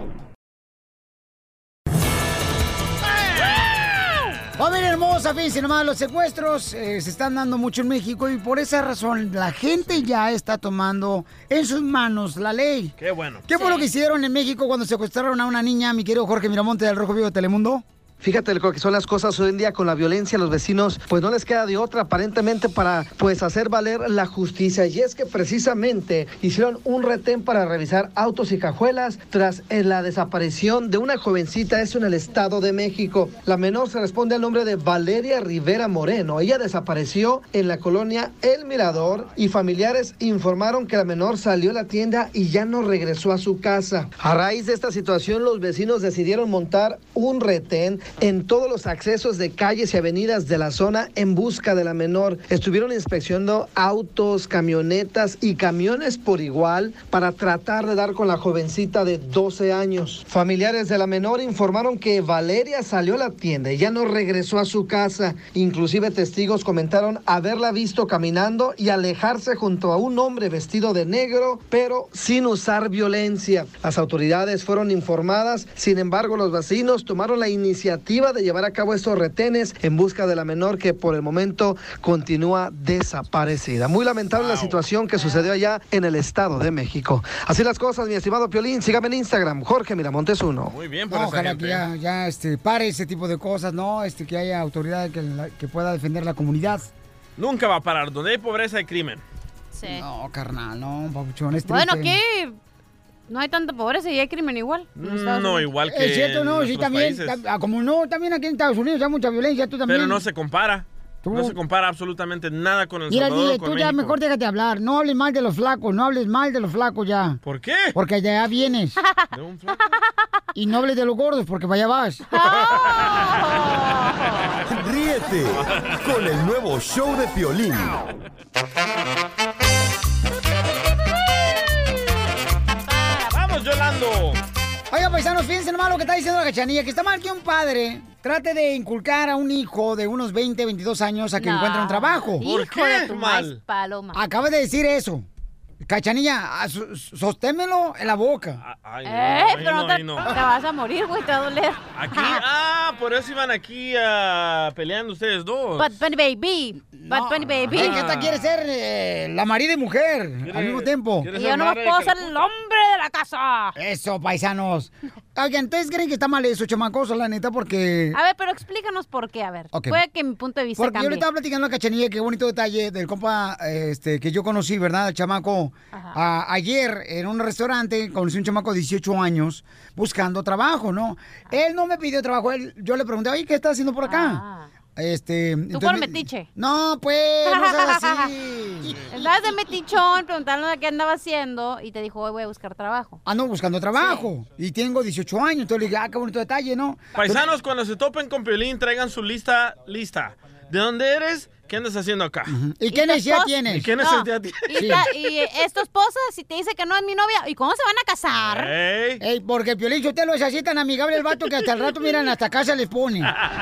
Familia hermosa, fíjense nomás, los secuestros eh, se están dando mucho en México y por esa razón la gente ya está tomando en sus manos la ley. Qué bueno. ¿Qué fue lo que hicieron en México cuando secuestraron a una niña, mi querido Jorge Miramonte del Rojo Vivo de Telemundo? Fíjate lo que son las cosas hoy en día con la violencia, los vecinos pues no les queda de otra aparentemente para pues hacer valer la justicia, y es que precisamente hicieron un retén para revisar autos y cajuelas tras eh, la desaparición de una jovencita, esto en el Estado de México. La menor se responde al nombre de Valeria Rivera Moreno. Ella desapareció en la colonia El Mirador y familiares informaron que la menor salió a la tienda y ya no regresó a su casa. A raíz de esta situación, los vecinos decidieron montar un retén en todos los accesos de calles y avenidas de la zona en busca de la menor. Estuvieron inspeccionando autos, camionetas y camiones por igual para tratar de dar con la jovencita de doce años. Familiares de la menor informaron que Valeria salió a la tienda y ya no regresó a su casa. Inclusive testigos comentaron haberla visto caminando y alejarse junto a un hombre vestido de negro, pero sin usar violencia. Las autoridades fueron informadas, sin embargo los vecinos tomaron la iniciativa de llevar a cabo estos retenes en busca de la menor, que por el momento continúa desaparecida. Muy lamentable la situación que sucedió allá en el Estado de México. Así las cosas, mi estimado Piolín. Sígame en Instagram, Jorge Miramontes uno. Muy bien por No, esa ojalá gente. que ya, ya este, pare ese tipo de cosas, ¿no? Este, que haya autoridad que, la- que pueda defender la comunidad. Nunca va a parar. Donde hay pobreza hay crimen. Sí. No, carnal, no, papuchón, es Bueno, triste. ¿qué? No hay tanta pobreza y hay crimen igual. en los Estados No, Unidos. igual que Es cierto, en no, sí, nuestros también. países. tam- ah, Como no, también aquí en Estados Unidos hay mucha violencia, tú también. Pero no se compara. Tú- No se compara absolutamente nada con El Mira, Salvador dile, o con tú ya México. mejor déjate hablar. No hables mal de los flacos, no hables mal de los flacos ya. ¿Por qué? Porque de allá vienes. ¿De un flaco? Y no hables de los gordos, porque para allá vas. Ríete con el nuevo show de Piolín. ¡Vamos, Yolando! Oiga, paisanos, fíjense nomás lo que está diciendo la Cachanilla, que está mal que un padre trate de inculcar a un hijo de unos veinte, veintidós años a que No. encuentre un trabajo. Hijo de tu maíz paloma. Acaba de decir eso. Cachanilla, a- so- sosténmelo en la boca. Ay, Eh, no, pero ahí no no, te, ahí no. te vas a morir, güey, te va a doler. Aquí, ah, por eso iban aquí ah, peleando ustedes dos. Bad Bunny Baby. Bad Bunny Baby. Es que esta quiere ser eh, la marido y mujer al mismo tiempo. Y yo no puedo ser el hombre de la casa. Eso, paisanos. Oigan, ¿ustedes creen que está mal eso, chamacos, la neta? Porque... A ver, pero explícanos por qué, a ver. Ok. Puede que mi punto de vista Porque yo le cambie. estaba platicando a Cachanilla, qué bonito detalle del compa este, que yo conocí, ¿verdad? El chamaco. A- ayer en un restaurante conocí un chamaco de dieciocho años buscando trabajo, ¿no? Él no me pidió trabajo, él, yo le pregunté, oye, ¿qué estás haciendo por acá? Este, Tú entonces por me- metiche. No, pues, no seas así. Andabas de metichón, preguntándole qué andaba haciendo y te dijo, hoy voy a buscar trabajo. Ando buscando trabajo y tengo dieciocho años, entonces le dije, ah, qué bonito detalle, ¿no? Paisanos, cuando se topen con Piolín, traigan su lista lista. ¿De dónde eres? ¿Qué andas haciendo acá? ¿Y qué tu necesidad esposa- tienes? ¿Y qué No, necesidad tienes? Y, ta- y es tu esposa, si te dice que no es mi novia, ¿y cómo se van a casar? Ey. Ey, porque el Piolín Sotelo es así tan amigable el vato que hasta el rato, miran, hasta casa les pone.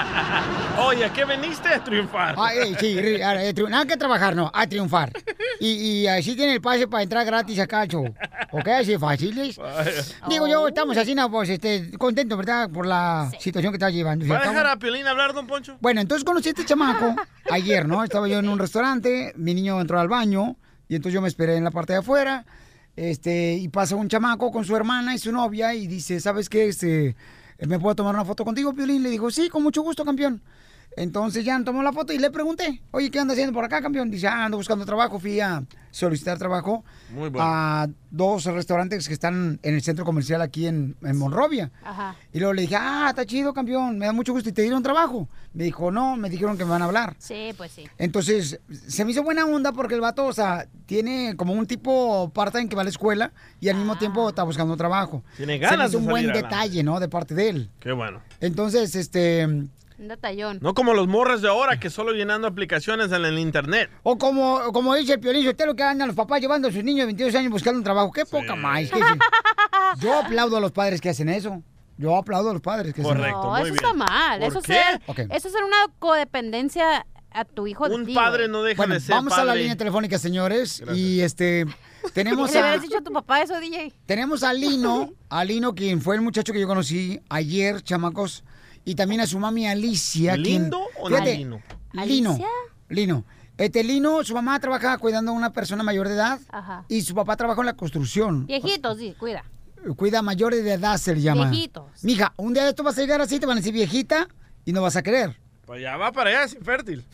Oye, ¿a qué veniste a triunfar? Ah, ey, sí, ri- a- eh, triun- nada que trabajar, no, a triunfar. Y, y así tiene el pase para entrar gratis acá al show. ¿Ok? Así fáciles. Digo yo, estamos así, no, pues, este, contentos, ¿verdad? Por la situación que estás llevando. ¿Va a ¿sí? dejar a Piolín hablar, don Poncho? Bueno, entonces conocí a este chamaco ayer, ¿no? Estaba yo en un restaurante, mi niño entró al baño y entonces yo me esperé en la parte de afuera. Este, y pasa un chamaco con su hermana y su novia y dice, ¿sabes qué? Este, ¿me puedo tomar una foto contigo, Piolín? Le digo, sí, con mucho gusto, campeón. Entonces ya tomó la foto y le pregunté, oye, ¿qué anda haciendo por acá, campeón? Dice, ah, ando buscando trabajo, fui a solicitar trabajo Muy bueno. a dos restaurantes que están en el centro comercial aquí en, en Monrovia. Ajá. Y luego le dije, ah, está chido, campeón, me da mucho gusto. ¿Y te dieron trabajo? Me dijo, no, me dijeron que me van a hablar. Sí, pues sí. Entonces, se me hizo buena onda porque el vato, o sea, tiene como un tipo part-time que va a la escuela y al mismo tiempo está buscando trabajo. Tiene Se me ganas hizo de un buen salir adelante. detalle, ¿no? De parte de él. Qué bueno. Entonces, este... Un detallón. No como los morros de ahora que solo llenando aplicaciones en el internet. O como, como dice el Piolín, usted lo que andan los papás llevando a sus niños de veintidós años buscando un trabajo. ¡Qué poca más! ¿Qué es? Yo aplaudo a los padres que hacen eso. Yo aplaudo a los padres que hacen eso. No, eso está mal. ¿Por Eso es qué? ser, Ok. eso es ser una codependencia a tu hijo de Un ti, padre güey. no deja Bueno, de ser vamos a la padre. línea telefónica, señores. Y este, tenemos ¿Le a, hubieras dicho a tu papá eso, D J? tenemos a Lino, a Lino, quien fue el muchacho que yo conocí ayer, chamacos. Y también a su mami Alicia. ¿Lindo quien, o fíjate, Lino? Lino. ¿Alicia? Lino. Este Lino, su mamá trabaja cuidando a una persona mayor de edad. Ajá. Y su papá trabaja en la construcción. Viejitos, sí, cuida. Cuida a mayores de edad, se le llama. Viejitos. Mija, un día de esto vas a llegar así, te van a decir viejita y no vas a querer. Pues ya va para allá, es infértil.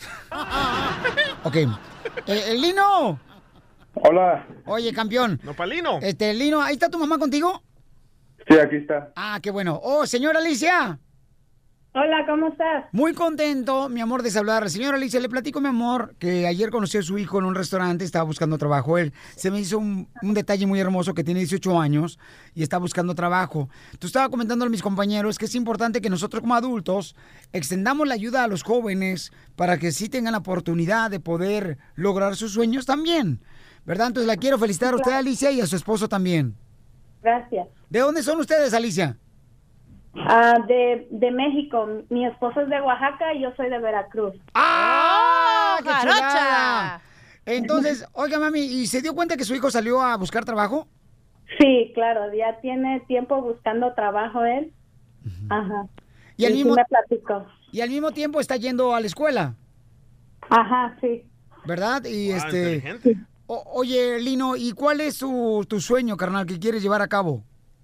Ok. Eh, eh, Lino. Hola. Oye, campeón. No, Palino. Este, Lino, ¿ahí está tu mamá contigo? Sí, aquí está. Ah, qué bueno. Oh, señora Alicia. Hola, ¿cómo estás? Muy contento, mi amor, de saludar. Señora Alicia, le platico, mi amor, que ayer conocí a su hijo en un restaurante, estaba buscando trabajo. Él se me hizo un, un detalle muy hermoso que tiene dieciocho años y está buscando trabajo. Tú estaba comentando a mis compañeros que es importante que nosotros como adultos extendamos la ayuda a los jóvenes para que sí tengan la oportunidad de poder lograr sus sueños también, ¿verdad? Entonces la quiero felicitar a usted, Alicia, y a su esposo también. Gracias. ¿De dónde son ustedes, Alicia? Ah, de, de México. Mi esposo es de Oaxaca y yo soy de Veracruz. ¡Ah! ¡Qué jarocha! chulada! Entonces, oiga, mami, ¿y se dio cuenta que su hijo salió a buscar trabajo? Sí, claro, ya tiene tiempo buscando trabajo él. Ajá. Y al sí mismo me platicó. Y al mismo tiempo está yendo a la escuela. Ajá, sí. ¿Verdad? Y Ah, este. inteligente. O- oye, Lino, ¿y cuál es tu, tu sueño, carnal, que quieres llevar a cabo?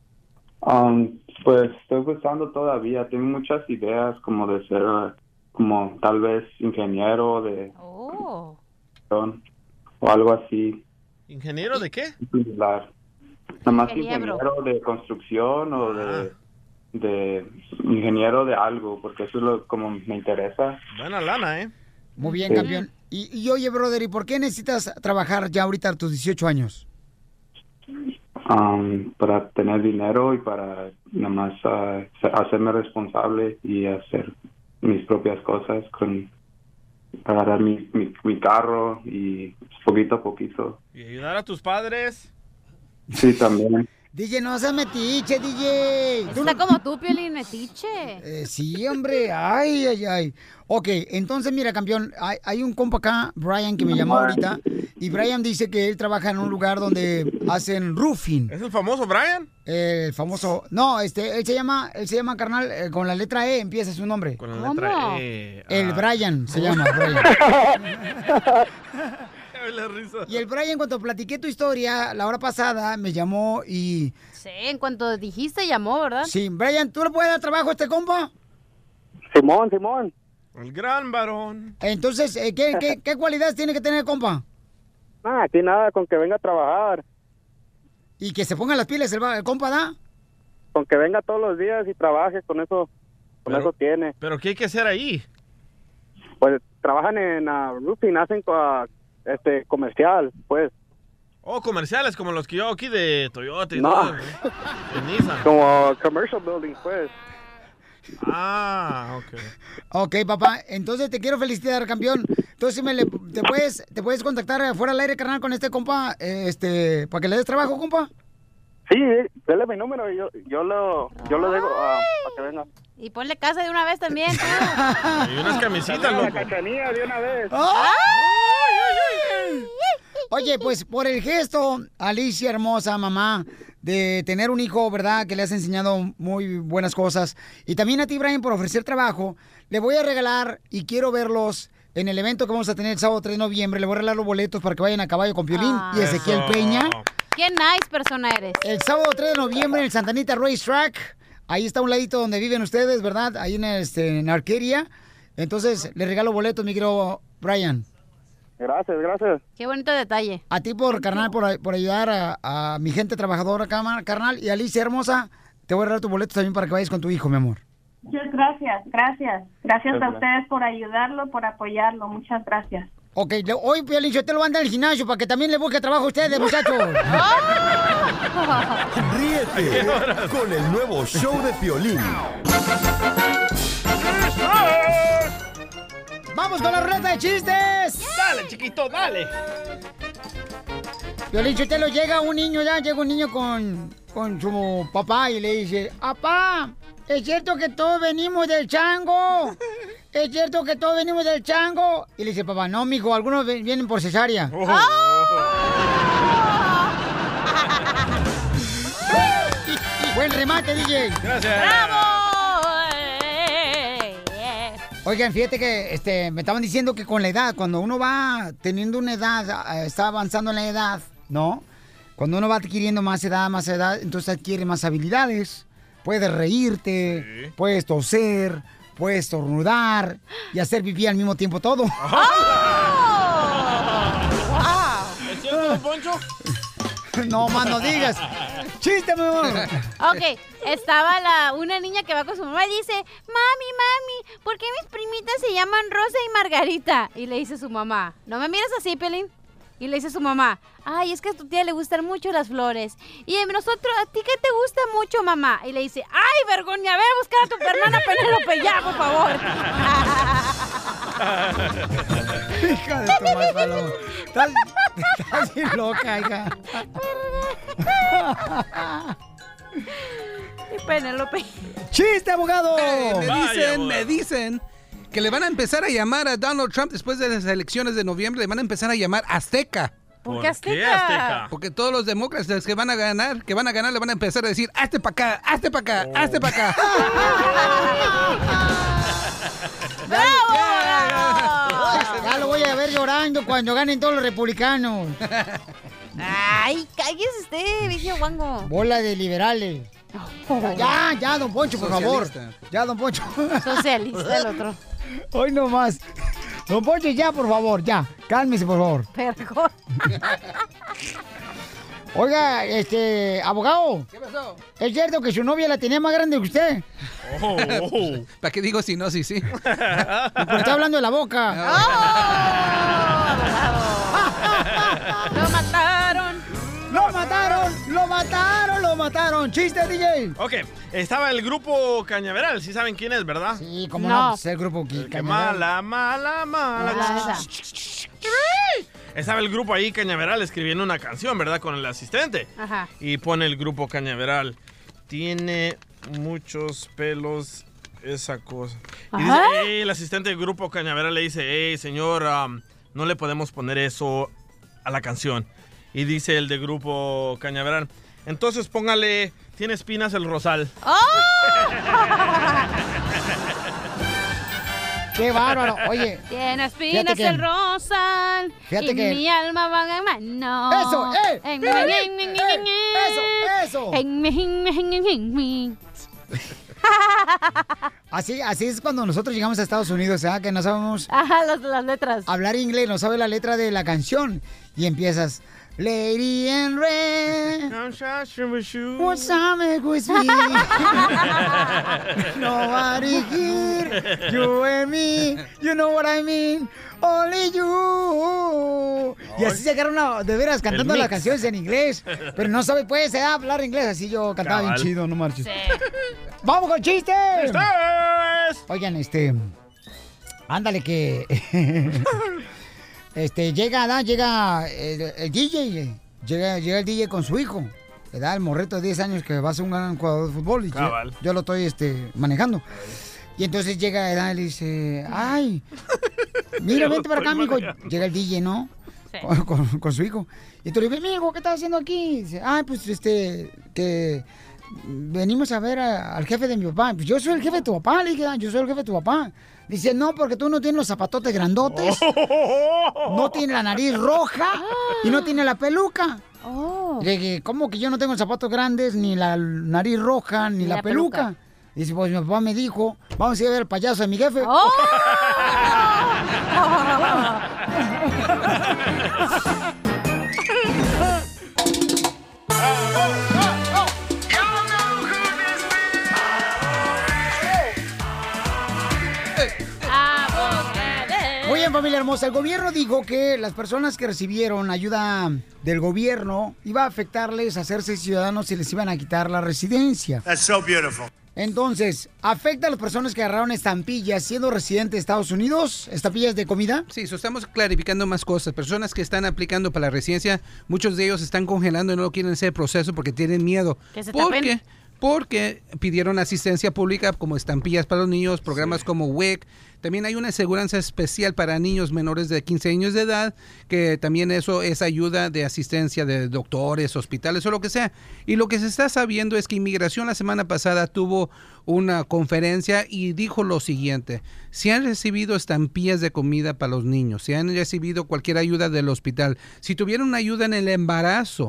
Um, pues estoy buscando todavía. Tengo muchas ideas como de ser, uh, como tal vez ingeniero de Oh. o algo así. ¿Ingeniero de qué? Similar. Nada más Ingeniero. ingeniero de construcción o de, de ingeniero de algo, porque eso es lo como me interesa. Buena lana, ¿eh? Muy bien, Sí. campeón. Y, y oye, brother, ¿y por qué necesitas trabajar ya ahorita a tus dieciocho años? Um, para tener dinero y para nada más uh, hacerme responsable y hacer mis propias cosas con agarrar mi, mi, mi carro y poquito a poquito. ¿Y ayudar a tus padres? Sí, también. D J, no seas metiche, D J. Tú está como tú, Piolín, metiche. Eh, sí, hombre. Ay, ay, ay. Ok, entonces, mira, campeón, hay, hay un compa acá, Brian, que me llamó ahorita. Y Brian dice que él trabaja en un lugar donde hacen roofing. ¿Es el famoso Brian? El famoso... No, este, él se llama, él se llama, carnal, eh, con la letra E empieza su nombre. Con la letra E. El Ah. Brian se llama, Brian. La risa. Y el Brian, cuando platiqué tu historia la hora pasada, me llamó y... Sí, en cuanto dijiste, llamó, ¿verdad? Sí, Brian, ¿tú le puedes dar trabajo a este compa? Simón, Simón. El gran varón. Entonces, eh, ¿qué, qué, qué cualidades tiene que tener el compa? Ah, aquí nada, con que venga a trabajar. Y que se ponga las pilas el, va- el compa, ¿da? Con que venga todos los días y trabaje, con eso, con Pero- eso tiene. ¿Pero qué hay que hacer ahí? Pues trabajan en uh, roofing, hacen co- este comercial, pues. Oh, comerciales como los que yo aquí de Toyota y No. todo, ¿eh? De Nissan. Como commercial building, pues. Ah, ok. Ok, papá, entonces te quiero felicitar, campeón. Entonces, me le- ¿te, puedes, ¿te puedes contactar fuera del aire, carnal, con este compa, eh, este, para que le des trabajo, compa? Sí, dele mi número y yo, yo lo, yo lo digo ah, para que venga. Y ponle casa de una vez también, tú. Y unas camisitas, La loco. cachanilla de una vez. Oye, pues por el gesto, Alicia hermosa, mamá, de tener un hijo, ¿verdad? Que le has enseñado muy buenas cosas. Y también a ti, Brian, por ofrecer trabajo. Le voy a regalar, y quiero verlos en el evento que vamos a tener el sábado tres de noviembre. Le voy a regalar los boletos para que vayan a Caballo con Piolín y Ezequiel Eso. Peña. Qué nice persona eres. El sábado tres de noviembre en el Santa Anita Racetrack. Ahí está un ladito donde viven ustedes, ¿verdad? Ahí en, este, en Arcadia. Entonces, le regalo boletos, mi querido Brian. Gracias, gracias. Qué bonito detalle. A ti por, carnal, por, por ayudar a, a mi gente trabajadora, cama- carnal. Y Alicia, hermosa, te voy a regalar tus boletos también para que vayas con tu hijo, mi amor. Muchas gracias, gracias. Gracias a Gracias. ustedes por ayudarlo, por apoyarlo. Muchas gracias. Ok, le- hoy, Piolín, yo te lo mando al gimnasio para que también le busque trabajo a ustedes, muchachos. Ríete con el nuevo show de Piolín. ¡Vamos con la ruleta de chistes! Dale, chiquito, dale. Piolín, si te lo llega un niño ya, llega un niño con, con su papá y le dice, papá, ¿es cierto que todos venimos del chango? ¿Es cierto que todos venimos del chango? Y le dice, papá, no, mijo, algunos ven- vienen por cesárea. Buen remate, D J. Gracias. Oigan, fíjate que este, me estaban diciendo que con la edad, cuando uno va teniendo una edad, eh, está avanzando en la edad, ¿no? Cuando uno va adquiriendo más edad, más edad, entonces adquiere más habilidades. Puedes reírte, puedes toser, puedes estornudar y hacer pipí al mismo tiempo todo. ¿Es cierto, don Poncho? No más no digas. ¡Chiste, mi amor! Ok, estaba la, una niña que va con su mamá y dice, mami, mami, ¿por qué mis primitas se llaman Rosa y Margarita? Y le dice su mamá, no me mires así, Pelín. Y le dice su mamá, ay, es que a tu tía le gustan mucho las flores. Y a nosotros, ¿a ti qué te gusta mucho, mamá? Y le dice, ay, vergoña, ve a buscar a tu hermana Penélope ya, por favor. Hija de tu madre, Paloma. Estás, estás bien loca, hija. Y Penélope. ¡Chiste, abogado! Eh, me dicen, me dicen que le van a empezar a llamar a Donald Trump después de las elecciones de noviembre, le van a empezar a llamar Azteca. ¿Por qué Azteca? qué Azteca? Porque todos los demócratas que van a ganar, que van a ganar, le van a empezar a decir, hazte para acá, hazte para acá, hazte para acá. Ya lo voy a ver llorando cuando ganen todos los republicanos. Ay, cállese usted, vicio guango. Bola de liberales. Ya, ya, don Poncho, por favor. Socialista. Ya, don Poncho. Socialista el otro. Hoy no más. Don Poncho, ya, por favor, ya. Cálmese, por favor. Perdón. Oiga, este, abogado. ¿Qué pasó? ¿Es cierto que su novia la tenía más grande que usted? ¿Para qué digo si no, sí, sí? Pero está hablando de la boca. ¡Lo mataron! ¡Lo mataron! ¡Lo mataron! ¡Lo mataron! ¡Chiste, D J! Ok, estaba el grupo Cañaveral, ¿sí saben quién es, verdad? Sí, cómo no, pues, el grupo Cañaveral. Mala, mala, mala. Ah, estaba el grupo ahí, Cañaveral, escribiendo una canción, ¿verdad? Con el asistente. Ajá. Y pone el grupo Cañaveral, tiene muchos pelos esa cosa. Y dice, hey, el asistente del grupo Cañaveral le dice, hey, señor, um, no le podemos poner eso a la canción. Y dice el de grupo Cañaveral, entonces póngale, tiene espinas el rosal. ¡Oh! ¡Qué bárbaro! Oye. Tiene espinas el rosal. Fíjate y que... mi alma va a... No. ¡Eso! ¡Eh! En eh, eh, eh, ¡Eso! ¡Eso! En mi, en mi, en mi. Así, así es cuando nosotros llegamos a Estados Unidos, ¿sabes? Que no sabemos... Ajá, las, las letras. Hablar inglés, no sabes la letra de la canción. Y empiezas... Lady in red, what's up with me? Nobody here, you and me, you know what I mean, only you. Y así se agarran a- de veras cantando las canciones en inglés, pero no sabe, pues, eh, hablar inglés. Así yo cantaba bien Cabal. chido, no marches. ¡Vamos con chistes! Oigan, este... Ándale que... Este, llega, ¿verdad? Llega el, el D J, llega, llega el D J con su hijo, ¿verdad? El morreto de diez años que va a ser un gran jugador de fútbol y yo, Cabal. yo lo estoy este, manejando. Y entonces llega, ¿verdad? Y le dice, ay, mira, Yo vente para lo acá, estoy mijo. manejando. Llega el D J, ¿no? Sí. Con, con- con su hijo. Y tú le dices, mijo, ¿qué estás haciendo aquí? Dice, ay, pues, este, que venimos a ver a- al jefe de mi papá. Pues yo soy el jefe de tu papá, le dije, "Ah, yo soy el jefe de tu papá. Dice, no, porque tú no tienes los zapatotes grandotes, no tienes la nariz roja y no tienes la peluca. Oh. Le dije, ¿cómo que yo no tengo los zapatos grandes, ni la nariz roja, ni, Ni la, la peluca? peluca. Dice, pues mi papá me dijo, vamos a ir a ver el payaso de mi jefe. ¡Oh! Muy bien, familia hermosa. El gobierno dijo que las personas que recibieron ayuda del gobierno iba a afectarles a hacerse ciudadanos y les iban a quitar la residencia. That's so beautiful. Entonces, ¿afecta a las personas que agarraron estampillas siendo residentes de Estados Unidos? ¿Estampillas de comida? Sí, so estamos clarificando más cosas. Personas que están aplicando para la residencia, muchos de ellos están congelando y no quieren hacer el proceso porque tienen miedo. Que se ¿Por tapen. qué? Porque pidieron asistencia pública como estampillas para los niños, programas como W I C. También hay una aseguranza especial para niños menores de quince años de edad, que también eso es ayuda de asistencia de doctores, hospitales o lo que sea. Y lo que se está sabiendo es que Inmigración la semana pasada tuvo una conferencia y dijo lo siguiente: si han recibido estampillas de comida para los niños, si han recibido cualquier ayuda del hospital, si tuvieron una ayuda en el embarazo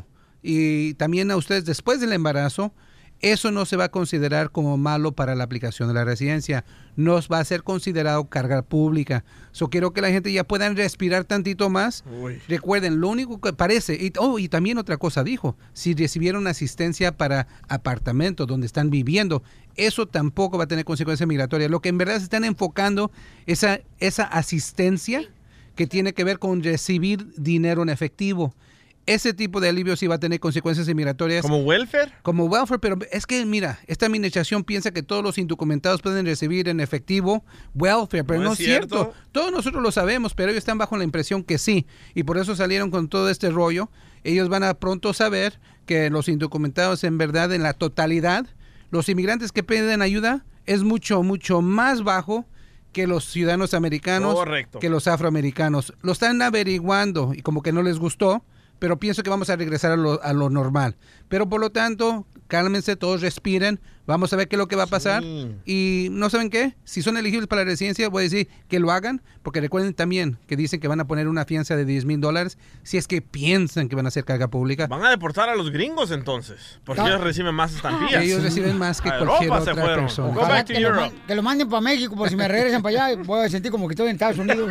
y también a ustedes después del embarazo, eso no se va a considerar como malo para la aplicación de la residencia. No va a ser considerado carga pública. So, quiero que la gente ya puedan respirar tantito más. Uy. Recuerden, lo único que parece... Y, oh, y también otra cosa dijo. Si recibieron asistencia para apartamentos donde están viviendo, eso tampoco va a tener consecuencias migratorias. Lo que en verdad se están enfocando es esa, esa asistencia que tiene que ver con recibir dinero en efectivo. Ese tipo de alivio sí va a tener consecuencias inmigratorias. ¿Como welfare? Como welfare, pero es que, mira, esta administración piensa que todos los indocumentados pueden recibir en efectivo welfare, pero no, No es es cierto. cierto. Todos nosotros lo sabemos, pero ellos están bajo la impresión que sí, y por eso salieron con todo este rollo. Ellos van a pronto saber que los indocumentados, en verdad, en la totalidad, los inmigrantes que piden ayuda es mucho, mucho más bajo que los ciudadanos americanos, Correcto. que los afroamericanos. Lo están averiguando y como que no les gustó, pero pienso que vamos a regresar a lo, a lo normal. Pero por lo tanto, cálmense, todos respiren, vamos a ver qué es lo que va a pasar. Sí. Y ¿no saben qué? Si son elegibles para la residencia, voy a decir que lo hagan, porque recuerden también que dicen que van a poner una fianza de diez mil dólares si es que piensan que van a hacer carga pública. Van a deportar a los gringos entonces, porque Ah. ellos reciben más estampillas. Ellos reciben más que A cualquier Europa se otra fueron. persona. Go Ojalá back to que, lo, Europe. ma- que lo manden para México, por si me regresan para allá, voy a sentir como que estoy en Estados Unidos.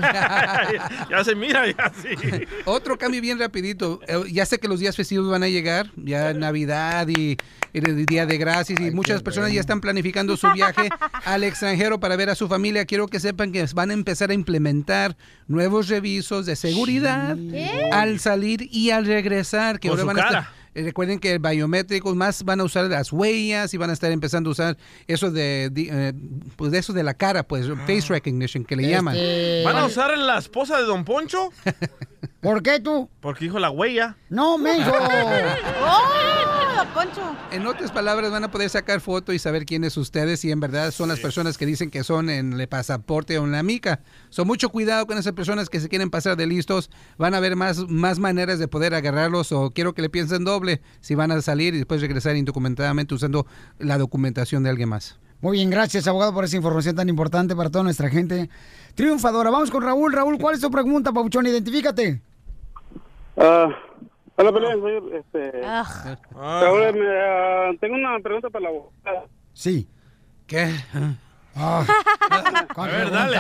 Ya se mira, ya sí. Otro cambio bien rapidito. Eh, Ya sé que los días festivos van a llegar, ya Navidad y, y el Día de Gracias, y muchas personas ya están planificando su viaje al extranjero para ver a su familia. Quiero que sepan que van a empezar a implementar nuevos revisos de seguridad al salir y al regresar. Que Con ahora su van a estar- cara. eh, recuerden que biométricos más van a usar las huellas y van a estar empezando a usar eso de, de, eh, pues de eso de la cara, pues face recognition que le llaman. Este, ¿Van a usar la esposa de Don Poncho? ¿Por qué tú? Porque dijo la huella. No, menso. ¡Oh, don Poncho! En otras palabras, van a poder sacar foto y saber quiénes ustedes si en verdad son las personas que dicen que son en el pasaporte o en la mica. So, mucho cuidado con esas personas que se quieren pasar de listos. Van a haber más, más maneras de poder agarrarlos, o quiero que le piensen doble si van a salir y después regresar indocumentadamente usando la documentación de alguien más. Muy bien, gracias, abogado, por esa información tan importante para toda nuestra gente triunfadora. Vamos con Raúl. Raúl, ¿cuál es tu pregunta, papuchón? Identifícate. Uh, hola, Pelín, soy este... Raúl, me, uh, tengo una pregunta para la abogada. Sí. ¿Qué? Ah. A ver, dale.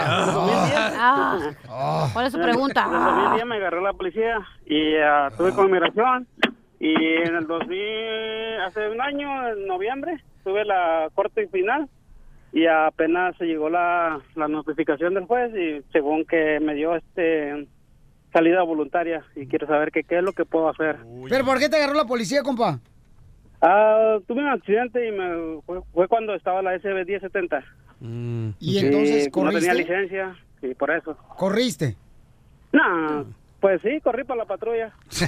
Ah. ¿Cuál es su pregunta? En el dos mil diez me agarró la policía y uh, estuve con migración. Y en el dos mil, hace un año, en noviembre, tuve la corte final y apenas se llegó la, la notificación del juez y según que me dio este salida voluntaria y quiero saber que qué es lo que puedo hacer. ¿Pero por qué te agarró la policía, compa? Ah, tuve un accidente y me fue, fue cuando estaba la S B diez setenta. Mm. ¿Y entonces no corriste? tenía licencia y por eso. ¿Corriste? No, pues sí, corrí para la patrulla.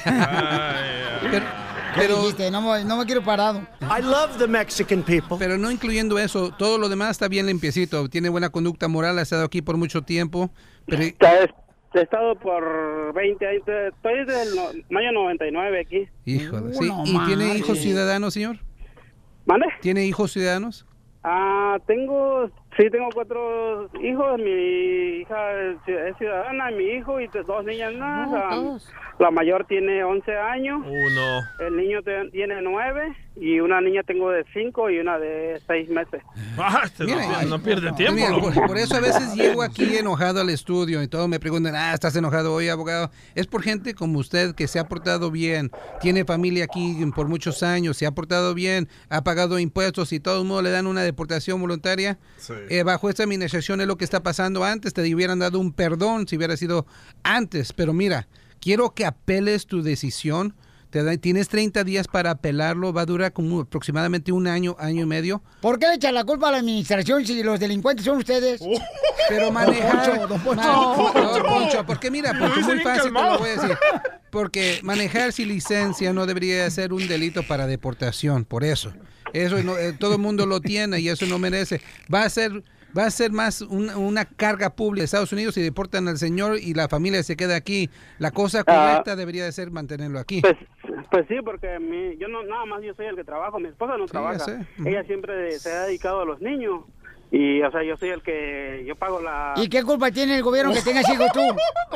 ¿Qué dijiste? No, me- no me quiero parado. I love the Mexican people. Pero no incluyendo eso, todo lo demás está bien limpiecito. Tiene buena conducta moral, ha estado aquí por mucho tiempo. Pero He estado por veinte años, estoy desde el no- mayo noventa y nueve aquí. Híjole, Uh, sí. no ¿Y tiene marches. hijos ciudadanos, señor? ¿Mande? ¿Tiene hijos ciudadanos? Ah, tengo, sí, tengo cuatro hijos. Mi hija es ci- es ciudadana, mi hijo y dos niñas más. Oh, Ah, todos. la mayor tiene once años. Uno. El niño te- tiene nueve y una niña tengo de cinco y una de seis meses. Ah, este no, Mira, pierde- no pierde tiempo. Mira, loco. por, por eso a veces llego aquí enojado al estudio y todos me preguntan, ah, ¿estás enojado hoy, abogado? Es por gente como usted que se ha portado bien, tiene familia aquí por muchos años, se ha portado bien, ha pagado impuestos y todo el mundo le dan una deportación voluntaria. Sí. Eh, bajo esta administración es lo que está pasando antes, te hubieran dado un perdón si hubiera sido antes, pero mira, quiero que apeles tu decisión. Te da- tienes treinta días para apelarlo, va a durar como aproximadamente un año, año y medio. ¿Por qué le echan la culpa a la administración si los delincuentes son ustedes? Pero manejar... Don Poncho, don Poncho. No, no, Poncho, porque mira, Poncho, Dice muy bien fácil te calmado. lo voy a decir. Porque manejar sin licencia no debería ser un delito para deportación, por eso. Eso no, eh, todo el mundo lo tiene y eso no merece. Va a ser... Va a ser más una, una carga pública de Estados Unidos si deportan al señor y la familia se queda aquí. La cosa correcta debería de ser mantenerlo aquí. Pues, pues sí, porque mi, yo no, nada más yo soy el que trabajo, mi esposa no Sí, trabaja. ya sé. Ujú. Ella siempre se ha dedicado a los niños y, o sea, yo soy el que, yo pago la... ¿Y qué culpa tiene el gobierno que tengas hijos tú?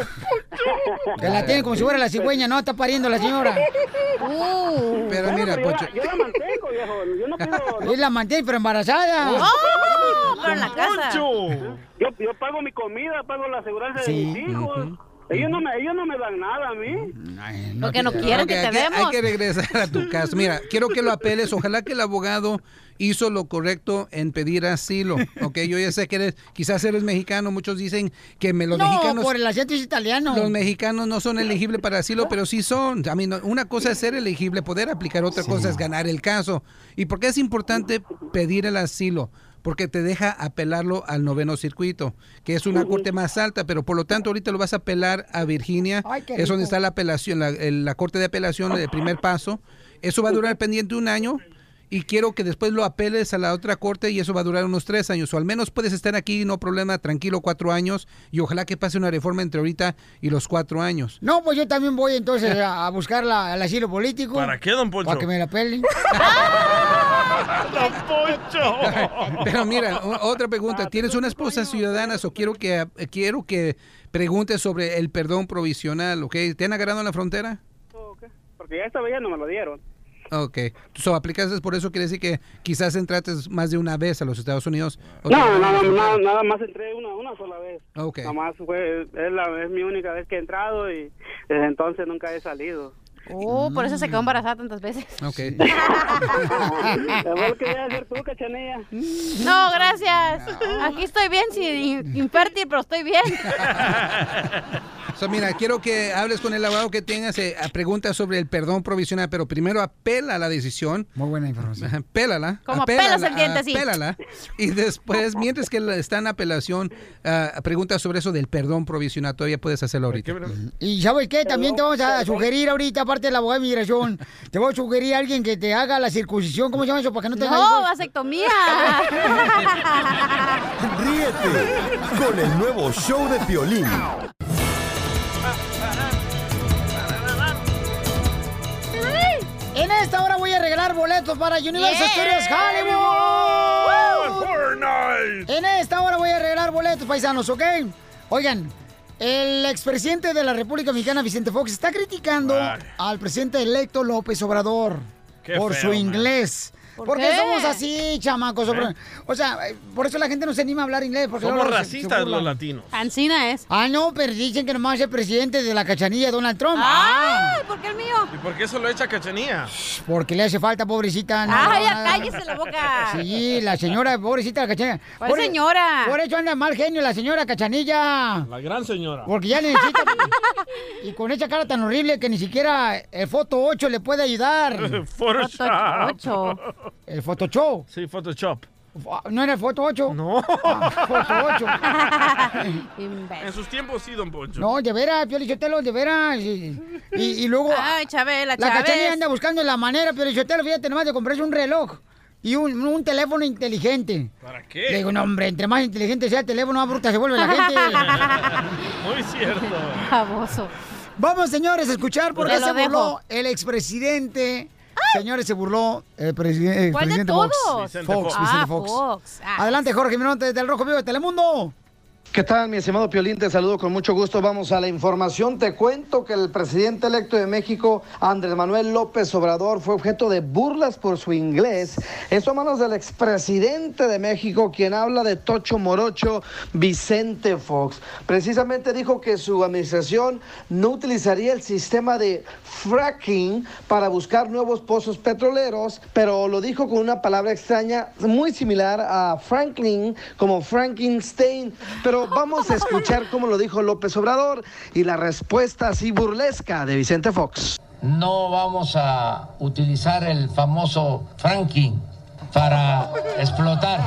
Que la tiene como si fuera la cigüeña, no, está pariendo la señora. Pero Bueno, mira, pero yo, Poncho. la, yo la mantengo, viejo, yo no pido... Y la mantiene, pero embarazada. ¡Oh! pero en la casa. Yo, yo pago mi comida, pago la aseguranza Sí. de mis hijos. Ellos no, me, ellos no me dan nada a mí. Porque no quieren que te hay, que, hay demos. que regresar a tu caso. Mira, quiero que lo apeles. Ojalá que el abogado hizo lo correcto en pedir asilo. Ok, yo ya sé que eres, quizás eres mexicano. Muchos dicen que me, los no, mexicanos... por el acento es italiano. Los mexicanos no son elegibles para asilo, pero sí son. A mí, no- una cosa es ser elegible, poder aplicar, otra cosa es ganar el caso. ¿Y por qué es importante pedir el asilo? Porque te deja apelarlo al noveno circuito, que es una corte más alta, pero por lo tanto ahorita lo vas a apelar a Virginia, Ay, qué es donde rico. está la apelación, la, el- la corte de apelación, el primer paso. Eso va a durar pendiente un año y quiero que después lo apeles a la otra corte y eso va a durar unos tres años. O al menos puedes estar aquí, no problema, tranquilo, cuatro años y ojalá que pase una reforma entre ahorita y los cuatro años. No, pues yo también voy entonces a, a buscar la, el asilo político. ¿Para qué, don Poncho? Para que me la pelen. ¡Don Poncho! Pero mira, o- otra pregunta. ¿Tienes una esposa ciudadana o quiero que eh, quiero que preguntes sobre el perdón provisional, ok? ¿Te han agarrado en la frontera? Porque ya esta vez ya no me lo dieron. Ok. So, aplicaste por eso quiere decir que quizás entraste más de una vez a los Estados Unidos. Ok. No, nada, nada, nada más entré una, una sola vez. Ok. Nada más fue, es, la, es mi única vez que he entrado y desde entonces nunca he salido. Oh, por eso se quedó embarazada tantas veces. Ok. Igual quería hacer tú, Cachanilla. No, gracias. Aquí estoy bien, sin infértil, pero estoy bien. So, mira, quiero que hables con el abogado que tengas eh, preguntas sobre el perdón provisional, pero primero apela a la decisión. Muy buena información. Apélala. Como apélala, pelas el diente, así. Apélala. Y después, mientras que está en apelación, uh, pregunta sobre eso del perdón provisional. Todavía puedes hacerlo ahorita. Y ¿sabes qué? También te vamos a sugerir ahorita, aparte del abogado de migración, te voy a sugerir a alguien que te haga la circuncisión. ¿Cómo se llama eso? Para que no te No, vasectomía. Ríete con el nuevo show de Piolín. En esta hora voy a regalar boletos para Universal Yeah. Studios Hollywood. En esta hora voy a regalar boletos, paisanos, ¿ok? Oigan, el expresidente de la República Mexicana, Vicente Fox, está criticando Ay. al presidente electo López Obrador Qué por feo, su man. inglés. ¿Por ¿Por qué qué? somos así, chamacos? ¿Eh? O sea, eh, por eso la gente no se anima a hablar inglés. Porque Somos luego se- racistas se burlan. los latinos. Ancina es. Ah, no, pero dicen que nomás es el presidente de la cachanilla, Donald Trump. ¡Ay! ¿Por qué el mío? ¿Y por qué eso lo echa Cachanía? Porque le hace falta, pobrecita. no, ¡Ay, ya nada. cállese la boca! Sí, la señora, pobrecita, la cachanilla. ¿Cuál Por- señora? Por eso anda mal genio la señora Cachanilla. La gran señora. Porque ya necesita. Y con esa cara tan horrible que ni siquiera el Foto ocho le puede ayudar. Photoshop. Ocho. El Photoshop. Sí, Photoshop. ¿No era el Foto ocho? No. Ah, Foto ocho. En sus tiempos sí, don Poncho. No, de veras, Piolichotelo, de veras. Y, y, y luego. Ay, Chabela, La Cachanilla Chávez. anda buscando la manera, Piolichotelo, fíjate nomás de comprarse un reloj. Y un, un teléfono inteligente. ¿Para Le qué? digo, no, hombre, entre más inteligente sea el teléfono, más bruta se vuelve la gente. Muy cierto. Baboso. Vamos, señores, a escuchar por Te qué lo se dejo. burló el expresidente. Señores, se burló el, presi- el ¿Cuál de presidente todos? Fox. Vicente Fox, Fox. Vicente Ah, Fox. Fox. Ah. Adelante, Jorge Mironte, del Rojo Vivo de Telemundo. ¿Qué tal, mi estimado Piolín? Te saludo con mucho gusto. Vamos a la información. Te cuento que el presidente electo de México, Andrés Manuel López Obrador, fue objeto de burlas por su inglés. Esto a manos del expresidente de México, quien habla de Tocho Morocho, Vicente Fox. Precisamente dijo que su administración no utilizaría el sistema de fracking para buscar nuevos pozos petroleros, pero lo dijo con una palabra extraña, muy similar a Franklin, como Frankenstein. Pero vamos a escuchar cómo lo dijo López Obrador y la respuesta así burlesca de Vicente Fox. No vamos a utilizar el famoso fracking para explotar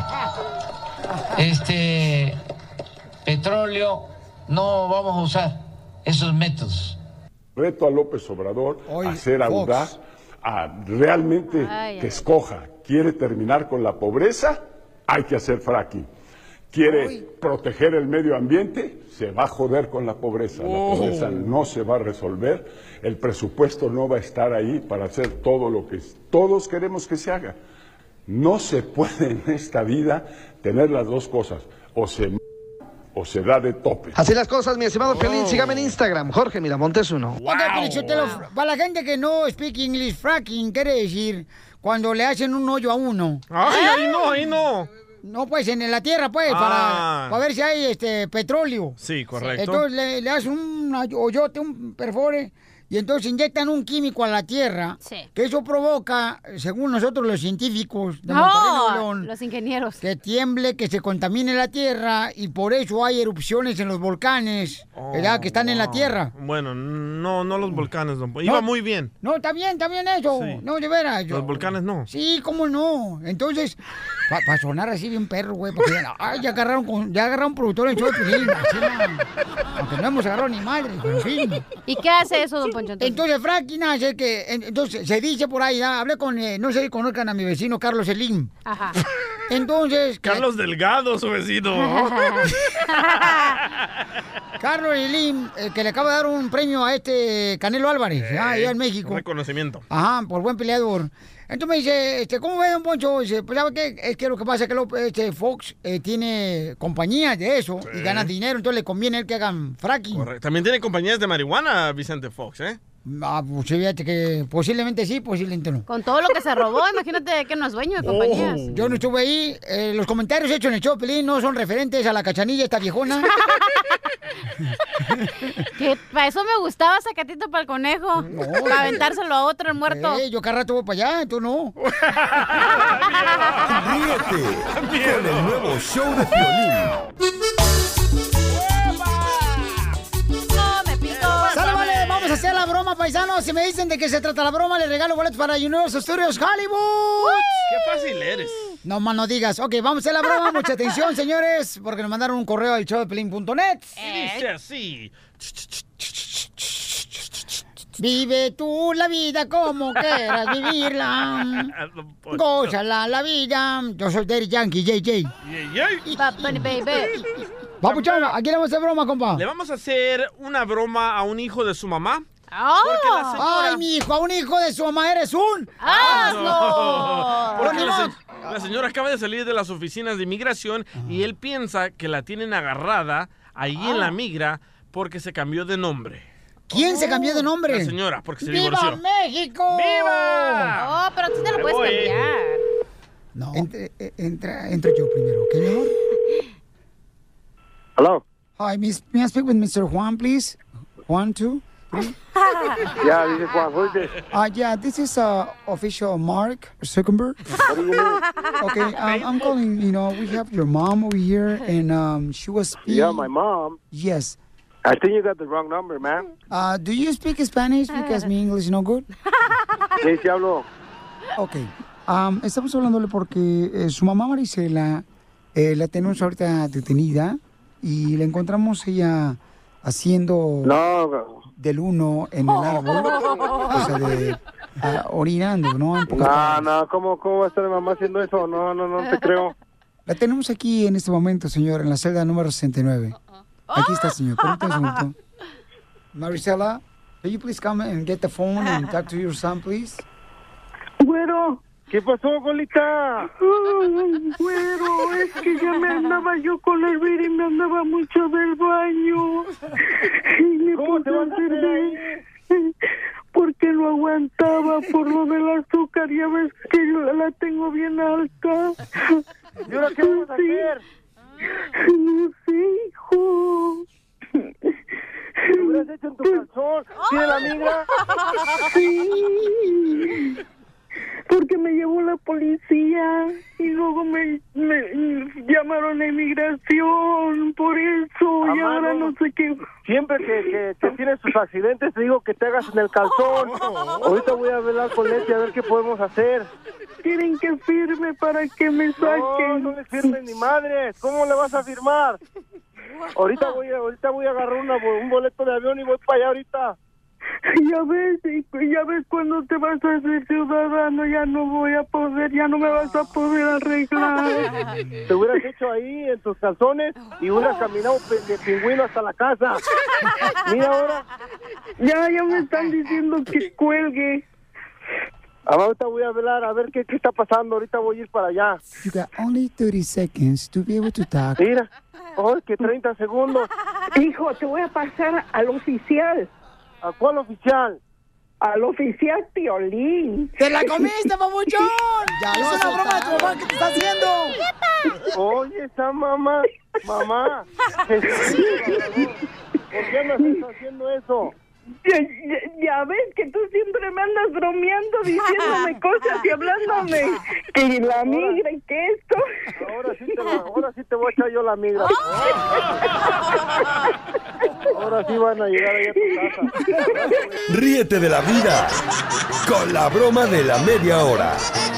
este petróleo. No vamos a usar esos métodos. Reto a López Obrador Hoy, a ser Fox. audaz, a realmente Ay, que ay. escoja. ¿Quiere terminar con la pobreza? Hay que hacer fracking. ¿Quiere proteger el medio ambiente? Se va a joder con la pobreza. La Oh. pobreza no se va a resolver. El presupuesto no va a estar ahí para hacer todo lo que todos queremos que se haga. No se puede en esta vida tener las dos cosas. O se m- o se da de tope. Así las cosas, mi estimado Piolín. Sígame en Instagram, Jorge Miramontes uno. Ok, Piolichotelo, para la gente que no speak English, fracking quiere decir cuando le hacen un hoyo a uno. Ay, ahí no, ahí no. No, pues en la tierra, pues, Ah. para, para ver si hay este petróleo. Sí, correcto. Entonces le, le hacen un hoyote, un perfore, y entonces inyectan un químico a la tierra, Sí. que eso provoca, según nosotros los científicos de Monterrey, Nuevo No, León, los ingenieros. que tiemble, que se contamine la tierra, y por eso hay erupciones en los volcanes, ¿verdad? Que están en la wow. tierra. Bueno, no, no los volcanes, don Poncho. Iba No. muy bien. No, está bien, está bien eso. Sí. No, de veras. yo- Los volcanes no. Sí, cómo no. Entonces, para sonar así bien perro, güey, porque ay, ya agarraron con, ya agarraron productor en show de Piolín, así, no. Aunque no hemos agarrado ni madre, en fin. ¿Y qué hace eso, don Poncho? Entonces? Entonces, fracking hace que, en- entonces, se dice por ahí, ¿no? Hablé con, eh, no sé si conozcan a mi vecino Carlos Slim. Ajá. Entonces, que- Carlos Delgado, su vecino. Carlos Slim, eh, que le acaba de dar un premio a este Canelo Álvarez, ah, allá en México. Reconocimiento. Ajá, por buen peleador. Entonces me dice, este, ¿cómo ve, don Poncho? Dice, pues, ¿sabe qué? Es que lo que pasa es que López- este, Fox eh, tiene compañías de eso y gana dinero, entonces le conviene a él que hagan fracking. Correcto. También tiene compañías de marihuana, Vicente Fox, ¿eh? Ah, pues fíjate que posiblemente sí, posiblemente no. Con todo lo que se robó, imagínate que no es dueño de compañías. Yo no estuve ahí. eh, los comentarios hechos en el show, Pelín, no son referentes a la Cachanilla, esta viejona. Que para eso me gustaba sacatito para el conejo. Para aventárselo a otro el muerto. Eh, yo cada rato voy para allá, tú no. Ríete con el nuevo show de Piolín. No me paisanos, si me dicen de qué se trata la broma, les regalo boletos para Universal Studios Hollywood. Qué fácil eres. No más no digas. Ok, vamos a hacer la broma. Mucha atención, señores, porque nos mandaron un correo al show de pelín punto net. Y dice así. Vive tú la vida como quieras vivirla. Gózala la vida. Yo soy Daddy Yankee, J J. Baby. Papuchón, aquí le vamos a hacer broma, compa. Le vamos a hacer una broma a un hijo de su mamá. Oh. Porque la señora... Ay, mi hijo, a un hijo de su mamá eres un... ¡Hazlo! Porque la, se... la señora acaba de salir de las oficinas de inmigración y él piensa que la tienen agarrada ahí en la migra porque se cambió de nombre. ¿Quién oh. se cambió de nombre? La señora, porque se ¡Viva divorció. México! ¡Viva! Oh, pero tú te lo puedes voy. cambiar. No. Entre, entra, entra yo primero, ¿ok, mi amor? Hello. Hi, miss, may I speak with Mister Juan, please? Juan, two, three? Yeah, this is Juan. Who is this? Uh, yeah, this is uh, official Mark Zuckerberg. What do you mean? Okay, um, I'm calling, you know, we have your mom over here, and um, she was speaking... Yeah, my mom? Yes. I think you got the wrong number, man. Uh, do you speak Spanish? Because my English is no good. Sí, sí hablo. Okay. Um, estamos hablándole porque eh, su mamá Marisela eh, la tenemos ahorita detenida y la encontramos ella haciendo no. del uno en el árbol, o sea, de, uh, orinando, ¿no? No, no, ¿cómo, ¿cómo va a estar mi mamá haciendo eso? No, no, no te creo. La tenemos aquí en este momento, señor, en la celda número sesenta y nueve. Aquí está, señor. Permítame un segundo. Marisela, can you please come and get the phone and talk to your son, please? Güero. ¿Qué pasó, Golita? Ay, güero, es que ya me andaba yo con el vir y me andaba mucho del baño. Y me ¿Cómo te vas a hacer ahí? Porque no aguantaba por lo del azúcar, ya ves que yo la tengo bien alta. ¿Y ahora qué vamos a hacer? No sé, hijo. ¿Qué hubieras hecho en tu calzón? ¿Tiene la migra? Sí. Porque me llevó la policía y luego me, me llamaron a inmigración por eso. Ah, y ahora mano. no sé qué. Siempre que, que, que tienes tus accidentes te digo que te hagas en el calzón. Ahorita voy a hablar con Leti a ver qué podemos hacer. Quieren que firme para que me saquen. No, no le firmes ni madres. ¿Cómo le vas a firmar? Ahorita voy a, ahorita voy a agarrar una, un boleto de avión y voy para allá ahorita. Ya ves, ya ves cuando te vas a hacer ciudadano, ya no voy a poder, ya no me vas a poder arreglar. Te hubieras hecho ahí en tus calzones y hubieras caminado de pingüino hasta la casa. Mira ahora. Ya, ya me están diciendo que cuelgue. Ahorita voy a hablar a ver qué, qué está pasando. Ahorita voy a ir para allá. You got only thirty seconds to be able to talk. Mira, oh, que treinta segundos. Hijo, te voy a pasar al oficial. ¿A cuál oficial? Al oficial Piolín. ¡Te la comiste, papuchón! ¡Ya es una broma de tu mamá que te está haciendo! Oye, esa mamá, mamá. ¿Por qué me estás haciendo eso? Ya, ya, ya ves que tú siempre me andas bromeando, diciéndome cosas y hablándome que la migra y que esto. Ahora sí te, ahora sí te voy a echar yo la migra. Ahora sí van a llegar allá a tu casa. Ríete de la vida con la broma de la media hora.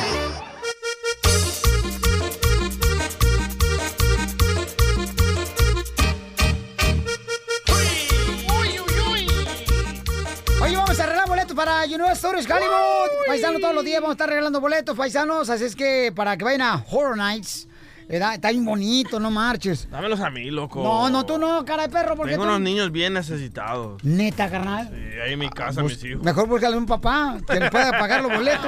Oye, vamos a arreglar boletos para Universal Studios Hollywood. Paisanos, todos los días vamos a estar regalando boletos, paisanos. Así es que para que vayan a Horror Nights, ¿verdad? Está bien bonito, no marches. Dámelos a mí, loco. No, no, tú no, cara de perro. Porque Tengo tú... unos niños bien necesitados. ¿Neta, carnal? Sí, ahí en mi casa, pues, mis hijos. Mejor búscale un papá que le pueda pagar los boletos.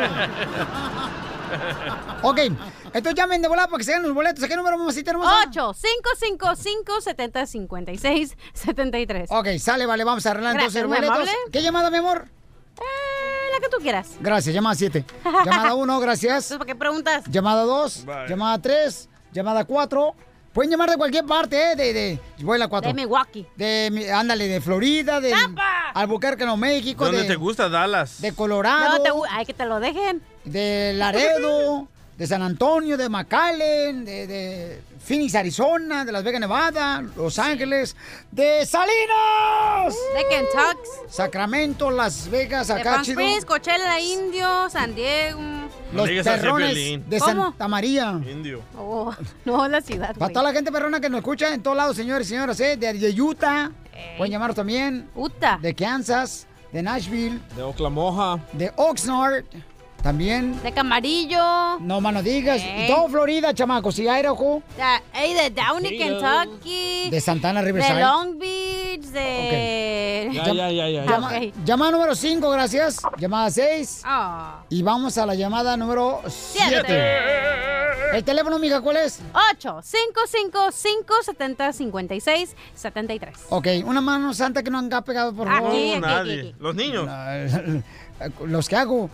Ok, entonces llamen de volada para que se ganen los boletos. ¿A qué número vamos a citar, hermosa? ocho cinco cinco cinco siete cero cinco seis siete tres. Ok, sale, vale, vamos a arreglar Gracias, entonces los muy boletos. amable. ¿Qué llamada, mi amor? Eh, la que tú quieras. Gracias, llamada siete. Llamada uno, gracias. ¿Para qué preguntas? Llamada dos, Bye. llamada tres, llamada cuatro. Pueden llamar de cualquier parte, ¿eh? De, de, voy a la cuatro. De Milwaukee. De, mi- ándale, de Florida, de Albuquerque, Nuevo México. ¿Dónde de, te gusta Dallas? De Colorado. No, te, gu- ay, que te lo dejen. De Laredo. de San Antonio, de McAllen, de, de Phoenix, Arizona, de Las Vegas, Nevada, Los Ángeles, de Salinas, de Kentucky, Sacramento, Las Vegas, de acá Palm chido. Springs, Coachella, Indio, San Diego. Los perrones de ¿Cómo? Santa María. Indio. Oh, no, la ciudad, Para güey. toda la gente perrona que nos escucha en todos lados, señores y señoras, ¿eh? de, de Utah, pueden llamarnos también. Utah. De Kansas, de Nashville, De Oklahoma. de Oxnard, también. De Camarillo. No más no digas. Eh. Y todo Florida, chamacos. Y Idaho. Ya, ey, de Downey, Kentucky. De Santana Riverside. De Long Beach, de... Ya, ya, ya, ya. Llama, Ok. Llamada número cinco, gracias. Llamada seis. Ah. Y vamos a la llamada número siete. Siete. El teléfono, mija, ¿cuál es? ocho cinco cinco cinco siete cero cinco seis siete tres. Ok, una mano santa que no han pegado, por favor. Aquí, aquí, Nadie. aquí, aquí. Los niños. Los que hago.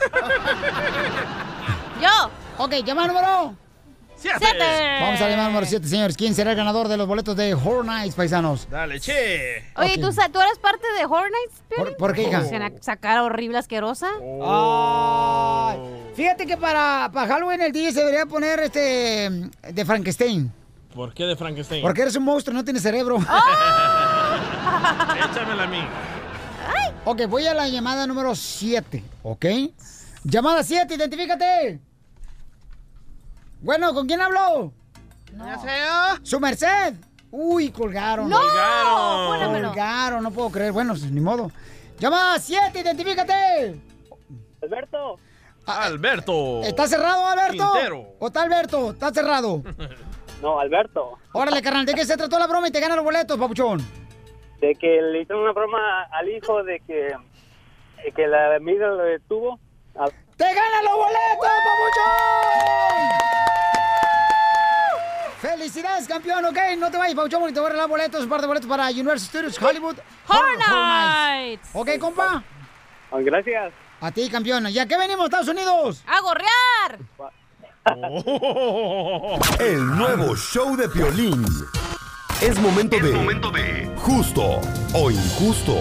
Yo. Ok, llamada número Siete. Siete. Vamos a la llamada número siete, señores. ¿Quién será el ganador de los boletos de Horror Nights, paisanos? Dale, che. Oye, Ok. ¿tú, sa- ¿tú eres parte de Horror Nights? ¿Por, por qué, hija? ¿Se van a sacar horrible, asquerosa? Ay, fíjate que para, para Halloween el D J se debería poner este de Frankenstein. ¿Por qué de Frankenstein? Porque eres un monstruo, no tienes cerebro. Échamela a mí. Ok, voy a la llamada número siete, ¿ok? Llamada siete, identifícate. Bueno, ¿con quién hablo? Ya sea. ¡Su merced! Uy, colgaron. ¡No! Colgaron. Póngamelo. Colgaron, no puedo creer. Bueno, ni modo. Llamada siete, identifícate. Alberto. Alberto. ¿Está cerrado, Alberto? Quintero. ¿O está Alberto? Está cerrado. No, Alberto. Órale, carnal, ¿de qué se trató la broma y te ganan los boletos, papuchón? De que le hicieron una broma al hijo de que, de que la amiga lo detuvo. A- ¡Te ganan los boletos, papuchón! ¡Felicidades, campeón! Ok, no te vayas, papuchón, porque te voy a regalar boletos, un par de boletos para Universal Studios Hollywood. Horror Nights. Nights. Ok, compa. Ah, Gracias. A ti, campeón. ¿Y a qué venimos, Estados Unidos? ¡A gorrear! El nuevo show de Piolín. Es momento de... Justo o injusto.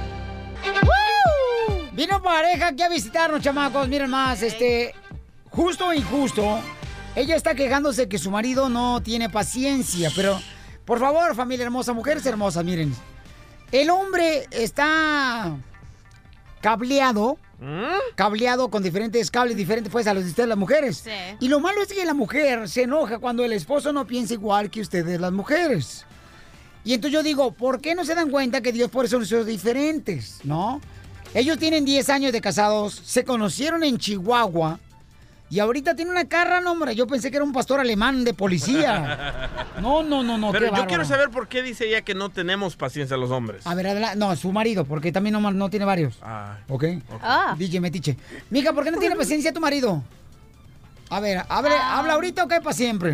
Vino pareja aquí a visitarnos, chamacos. Miren más, este... Justo o injusto. Ella está quejándose que su marido no tiene paciencia, pero... Por favor, familia hermosa, mujeres hermosas, miren. El hombre está... cableado... cableado con diferentes cables diferentes pues a los de ustedes las mujeres. Sí. Y lo malo es que la mujer se enoja cuando el esposo no piensa igual que ustedes las mujeres. Y entonces yo digo, ¿por qué no se dan cuenta que Dios por eso son diferentes, no? Ellos tienen diez años de casados, se conocieron en Chihuahua y ahorita tiene una carra, no, hombre, yo pensé que era un pastor alemán de policía. No, no, no, no, Pero qué yo quiero bárbaro. saber por qué dice ella que no tenemos paciencia los hombres. A ver, adelante. No, su marido, porque también no, no tiene varios. Ah, ¿Ok? Ah. D J Metiche. Mija, ¿por qué no tiene paciencia tu marido? A ver, hable, Ah. ¿habla ahorita o qué para siempre?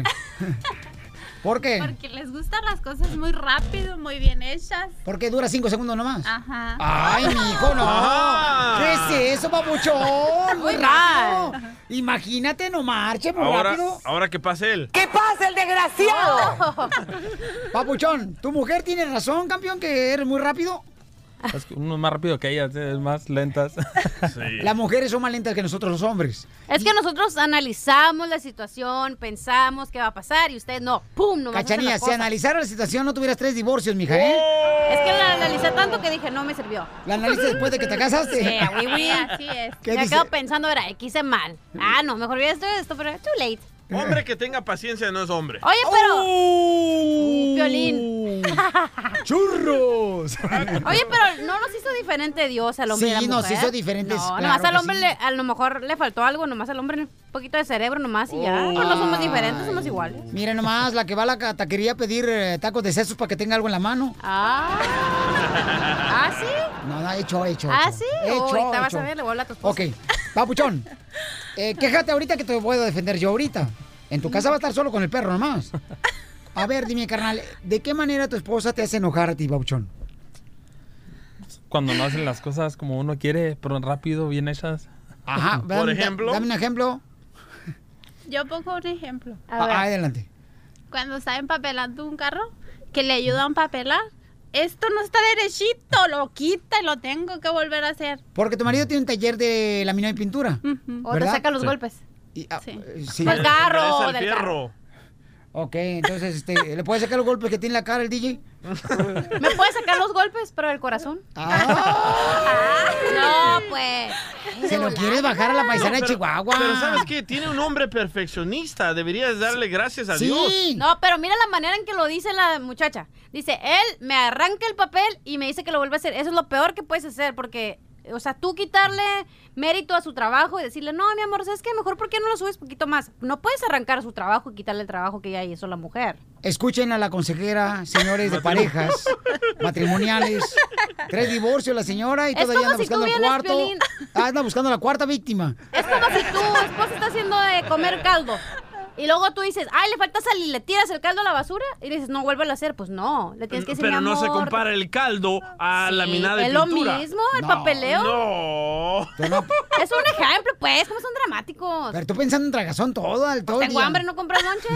¿Por qué? Porque les gustan las cosas muy rápido, muy bien hechas. Porque dura cinco segundos nomás. Ajá. Ay, mijo, no. Ah. ¿Qué es eso, papuchón? Muy Muy rápido. mal. Imagínate, no marche muy ahora, rápido. ahora que pase él. ¿Qué pasa, el desgraciado? Papuchón, ¿tu mujer tiene razón, campeón, que eres muy rápido? Es que uno es más rápido que ellas, es más lentas. Las mujeres son más lentas que nosotros los hombres. Es que nosotros analizamos la situación, pensamos qué va a pasar y usted no, ¡pum! Nomás hace Cachanilla, la si cosa. analizara la situación no tuvieras tres divorcios, mija, ¿eh? Es que la analicé tanto que dije, no me sirvió. ¿La analizaste después de que te casaste? Sí, oui, oui. Así es. ¿Qué Me dice? quedo pensando, era, ¿qué hice mal? Ah, no, mejor hubiera esto, esto, pero too late. Hombre que tenga paciencia no es hombre. Oye, pero... ¡Oh! Uh, Piolín. ¡Churros! Oye, pero no nos hizo diferente Dios al hombre Sí, y a la nos mujer. hizo diferentes, No, claro nomás al que hombre sí. le, a lo mejor le faltó algo, nomás al hombre un poquito de cerebro nomás y ya. Pues no somos diferentes, somos iguales. Mira nomás, la que va a la taquería a pedir eh, tacos de sesos para que tenga algo en la mano. Ah. ¿Ah, sí? No, no, hecho, hecho. ¿Ah, hecho. sí? Hecho, Uy, te vas hecho. a ver, le voy a hablar a tu esposa. Ok, papuchón, eh, quéjate ahorita que te puedo defender yo ahorita. En tu casa va a estar solo con el perro nomás. A ver, dime, carnal, ¿de qué manera tu esposa te hace enojar a ti, papuchón? Cuando no hacen las cosas como uno quiere, pero rápido, bien hechas. Ajá, Por dame- ejemplo. Dame un ejemplo. Yo pongo un ejemplo. Ah, adelante. Cuando está empapelando un carro, que le ayuda a empapelar, esto no está derechito, lo quita y lo tengo que volver a hacer. Porque tu marido tiene un taller de laminado y pintura. O te ¿verdad? saca los Sí. golpes. Y, ah, Sí. sí. Del carro, Regresa el del fierro. Ok, entonces, este, ¿le puede sacar los golpes que tiene en la cara el D J? ¿Me puede sacar los golpes, pero del corazón? Ah. No, pues. Se lo quieres bajar a la paisana de pero, Chihuahua. Pero ¿sabes qué? Tiene un hombre perfeccionista. Deberías darle gracias a Sí. Dios. No, pero mira la manera en que lo dice la muchacha. Dice, él me arranca el papel y me dice que lo vuelve a hacer. Eso es lo peor que puedes hacer porque, o sea, tú quitarle mérito a su trabajo y decirle, no, mi amor, ¿sabes qué? Mejor, ¿por qué no lo subes poquito más? No puedes arrancar su trabajo y quitarle el trabajo que ya hizo la mujer. Escuchen a la consejera, señores de parejas matrimoniales. Tres divorcios la señora y Es todavía como anda si tú buscando el vienes, cuarto. Piolín. Ah, anda buscando la cuarta víctima. Es como si tu esposa está haciendo de comer caldo. Y luego tú dices, ay, le falta sal y le tiras el caldo a la basura. Y dices, no, vuélvelo a hacer. Pues no, le tienes que decir, Pero mi no se amor. compara el caldo a la mina de ¿Es lo pintura. mismo, el No, papeleo? No. Es un ejemplo, pues, ¿cómo son dramáticos? Pero tú pensando en tragazón todo, al todo el Tengo día. hambre, ¿no compras lonche?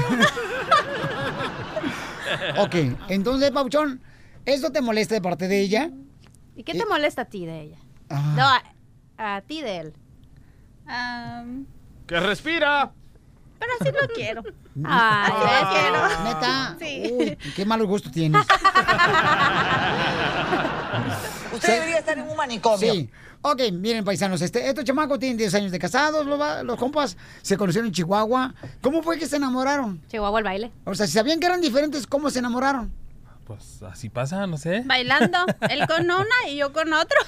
Ok, entonces, Pauchón, ¿esto te molesta de parte de ella? ¿Y qué te molesta a ti de ella? Ah. No, a, a ti de él. Am, ¡Que respira! pero así lo quiero. Ay, ¿ves? quiero. Neta. Sí. Uy, qué mal gusto tienes. Usted debería estar en un manicomio. Sí. Ok, miren, paisanos, este, estos chamacos tienen diez años de casados, los, va- los compas se conocieron en Chihuahua. ¿Cómo fue que se enamoraron? Chihuahua el baile. O sea, si sabían que eran diferentes, ¿cómo se enamoraron? Pues así pasa, no sé. Bailando. Él con una y yo con otro.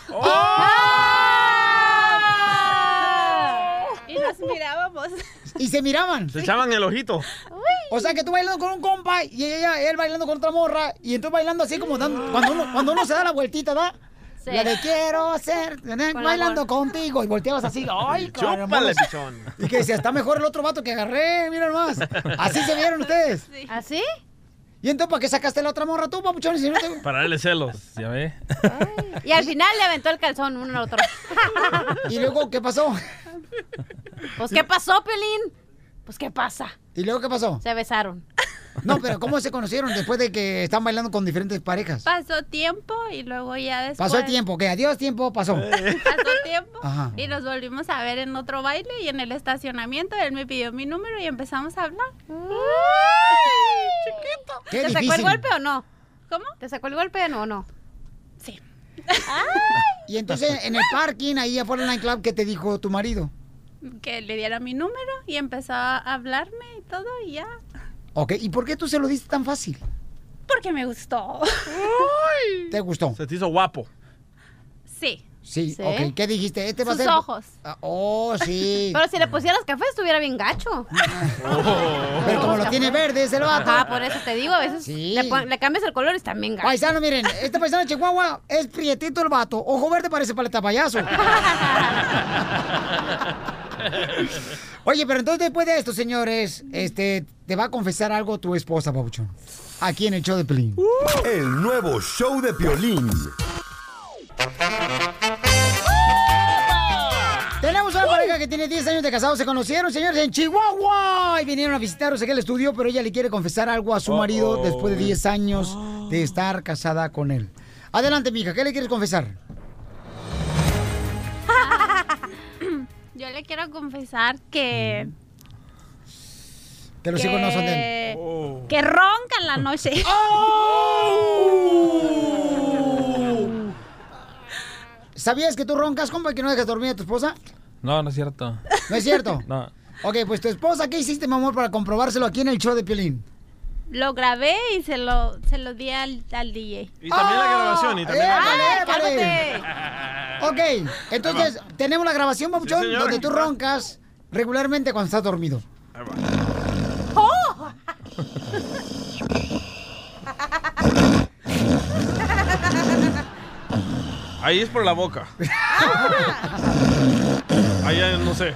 Y nos mirábamos. Y se miraban. Se echaban el ojito. O sea, que tú bailando con un compa y ella, él bailando con otra morra y entonces bailando así como dando, cuando uno, cuando uno se da la vueltita, ¿da? Sí. La de quiero ser, bailando amor. contigo y volteabas así, ay, Chúpale, caramba. pichón. Y que decía, está mejor el otro vato que agarré, mira nomás. Así se vieron ustedes. ¿Así? ¿Y entonces para qué sacaste la otra morra tú, papuchón? Si no te... Para darle celos, ya ve. Y al final le aventó el calzón uno al otro. ¿Y luego qué pasó? Pues, ¿qué pasó, Pelín? Pues, ¿qué pasa? ¿Y luego qué pasó? Se besaron. No, pero ¿cómo se conocieron después de que están bailando con diferentes parejas? Pasó tiempo y luego ya después. Pasó el tiempo, que adiós tiempo, pasó. Pasó tiempo Ajá. y nos volvimos a ver en otro baile y en el estacionamiento. Él me pidió mi número y empezamos a hablar. Chiquito. Qué ¿Te sacó el difícil. golpe o no? ¿Cómo? ¿Te sacó el golpe o no? Sí. Y entonces en el parking, ahí afuera del nightclub, ¿qué te dijo tu marido? Que le diera mi número y empezó a hablarme y todo y ya. Ok, ¿y por qué tú se lo diste tan fácil? Porque me gustó. ¿Te gustó? Se te hizo guapo. Sí. Sí, Sí. ok. ¿Qué dijiste? Este va a Sus ser... ojos. Ah, oh, sí. Pero si le pusieras café estuviera bien gacho. Pero como lo tiene verde ese el vato. Ah, por eso te digo, a veces Sí. le, pon- le cambias el color y está bien gacho. Paisano, miren, este paisano de Chihuahua es prietito el vato. Ojo verde parece paleta payaso. Oye, pero entonces después de esto, señores, este, te va a confesar algo tu esposa, Pabuchón. Aquí en el show de Pelín. El nuevo show de Piolín. Tenemos una pareja que tiene diez años de casados, se conocieron, señores, en Chihuahua. Y vinieron a visitarnos aquí al estudio, pero ella le quiere confesar algo a su marido después de diez años de estar casada con él. Adelante, mija, ¿qué le quieres confesar? Yo le quiero confesar que. Que los hijos no son de él. que- Que ronca en la noche. ¿Sabías que tú roncas, compa, y que no dejas dormir a tu esposa? No, no es cierto. ¿No es cierto? No. Ok, pues tu esposa, ¿qué hiciste, mi amor, para comprobárselo aquí en el show de Piolín? Lo grabé y se lo, se lo di al, al D J. Y también la grabación. Y también la ¡Épale, épale! Ok, entonces, tenemos la grabación, Papuchón, Sí, señor. donde tú roncas regularmente cuando estás dormido. ¡Oh! Ahí es por la boca. Ahí ya no sé.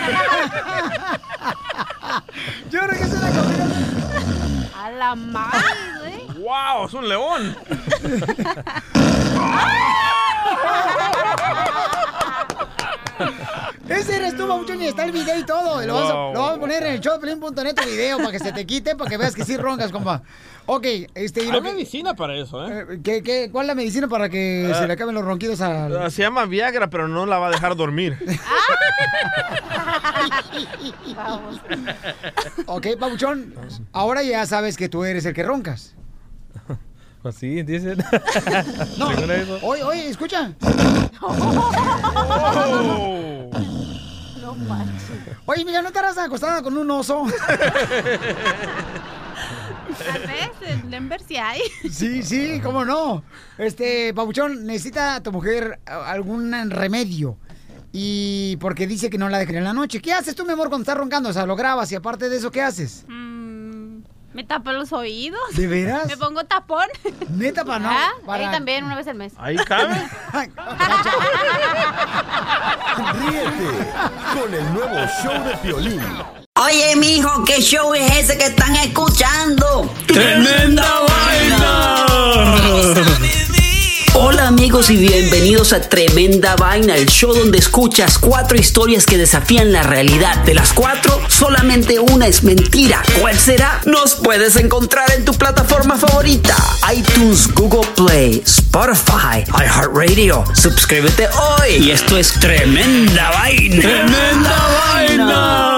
Yo creo que es una combinación. A la madre, güey. ¡Wow! ¡Es un león! ¡Ese eres tú, Pabuchón, y está el video y todo. Lo, Wow. vamos, a, lo vamos a poner en el show de Piolín punto net tu video para que se te quite, para que veas que sí roncas, compa. Ok, este... y Hay lo que- medicina para eso, ¿eh? eh, ¿qué, qué, ¿Cuál es la medicina para que Ah. se le acaben los ronquidos al...? Ah, Se llama Viagra, pero no la va a dejar dormir. Ok, Pabuchón, ahora ya sabes que tú eres el que roncas. Pues sí, dicen. No, Según eso. oye, oye, escucha. No manches. Oye, mira, ¿no estarás acostada con un oso? Tal vez en Denver sí hay. Sí, sí, cómo no. Este, Pabuchón, necesita tu mujer algún remedio. Y porque dice que no la dejen en la noche. ¿Qué haces tú, mi amor, cuando estás roncando? O sea, lo grabas y aparte de eso, ¿qué haces? Mm, me tapo los oídos. ¿De veras? Me pongo tapón. Neta, para no. Ah, Para... ahí también, una vez al mes. Ahí cabe. Ríete con el nuevo show de Piolín. Oye, mijo, ¿qué show es ese que están escuchando? ¡Tremenda Vaina! Hola amigos y bienvenidos a Tremenda Vaina, el show donde escuchas cuatro historias que desafían la realidad. De las cuatro, solamente una es mentira. ¿Cuál será? Nos puedes encontrar en tu plataforma favorita: iTunes, Google Play, Spotify, iHeartRadio. Suscríbete hoy. Y esto es Tremenda Vaina. ¡Tremenda Vaina!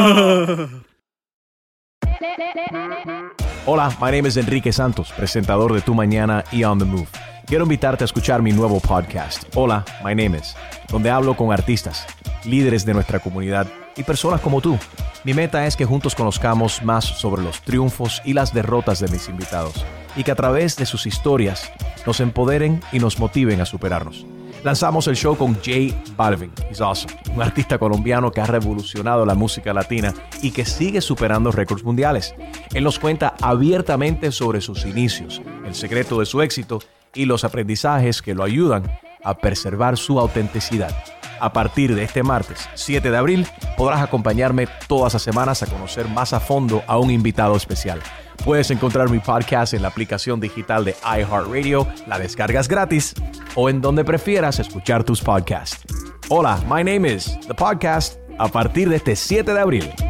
Hola, my name is Enrique Santos, presentador de Tu Mañana y On The Move. Quiero invitarte a escuchar mi nuevo podcast, Hola, my name is, donde hablo con artistas, líderes de nuestra comunidad y personas como tú. Mi meta es que juntos conozcamos más sobre los triunfos y las derrotas de mis invitados y que a través de sus historias nos empoderen y nos motiven a superarnos. Lanzamos el show con J Balvin, he's awesome, un artista colombiano que ha revolucionado la música latina y que sigue superando récords mundiales. Él nos cuenta abiertamente sobre sus inicios, el secreto de su éxito y los aprendizajes que lo ayudan a preservar su autenticidad. A partir de este martes, siete de abril, podrás acompañarme todas las semanas a conocer más a fondo a un invitado especial. Puedes encontrar mi podcast en la aplicación digital de iHeartRadio, la descargas gratis, o en donde prefieras escuchar tus podcasts. Hola, my name is The Podcast, a partir de este siete de abril.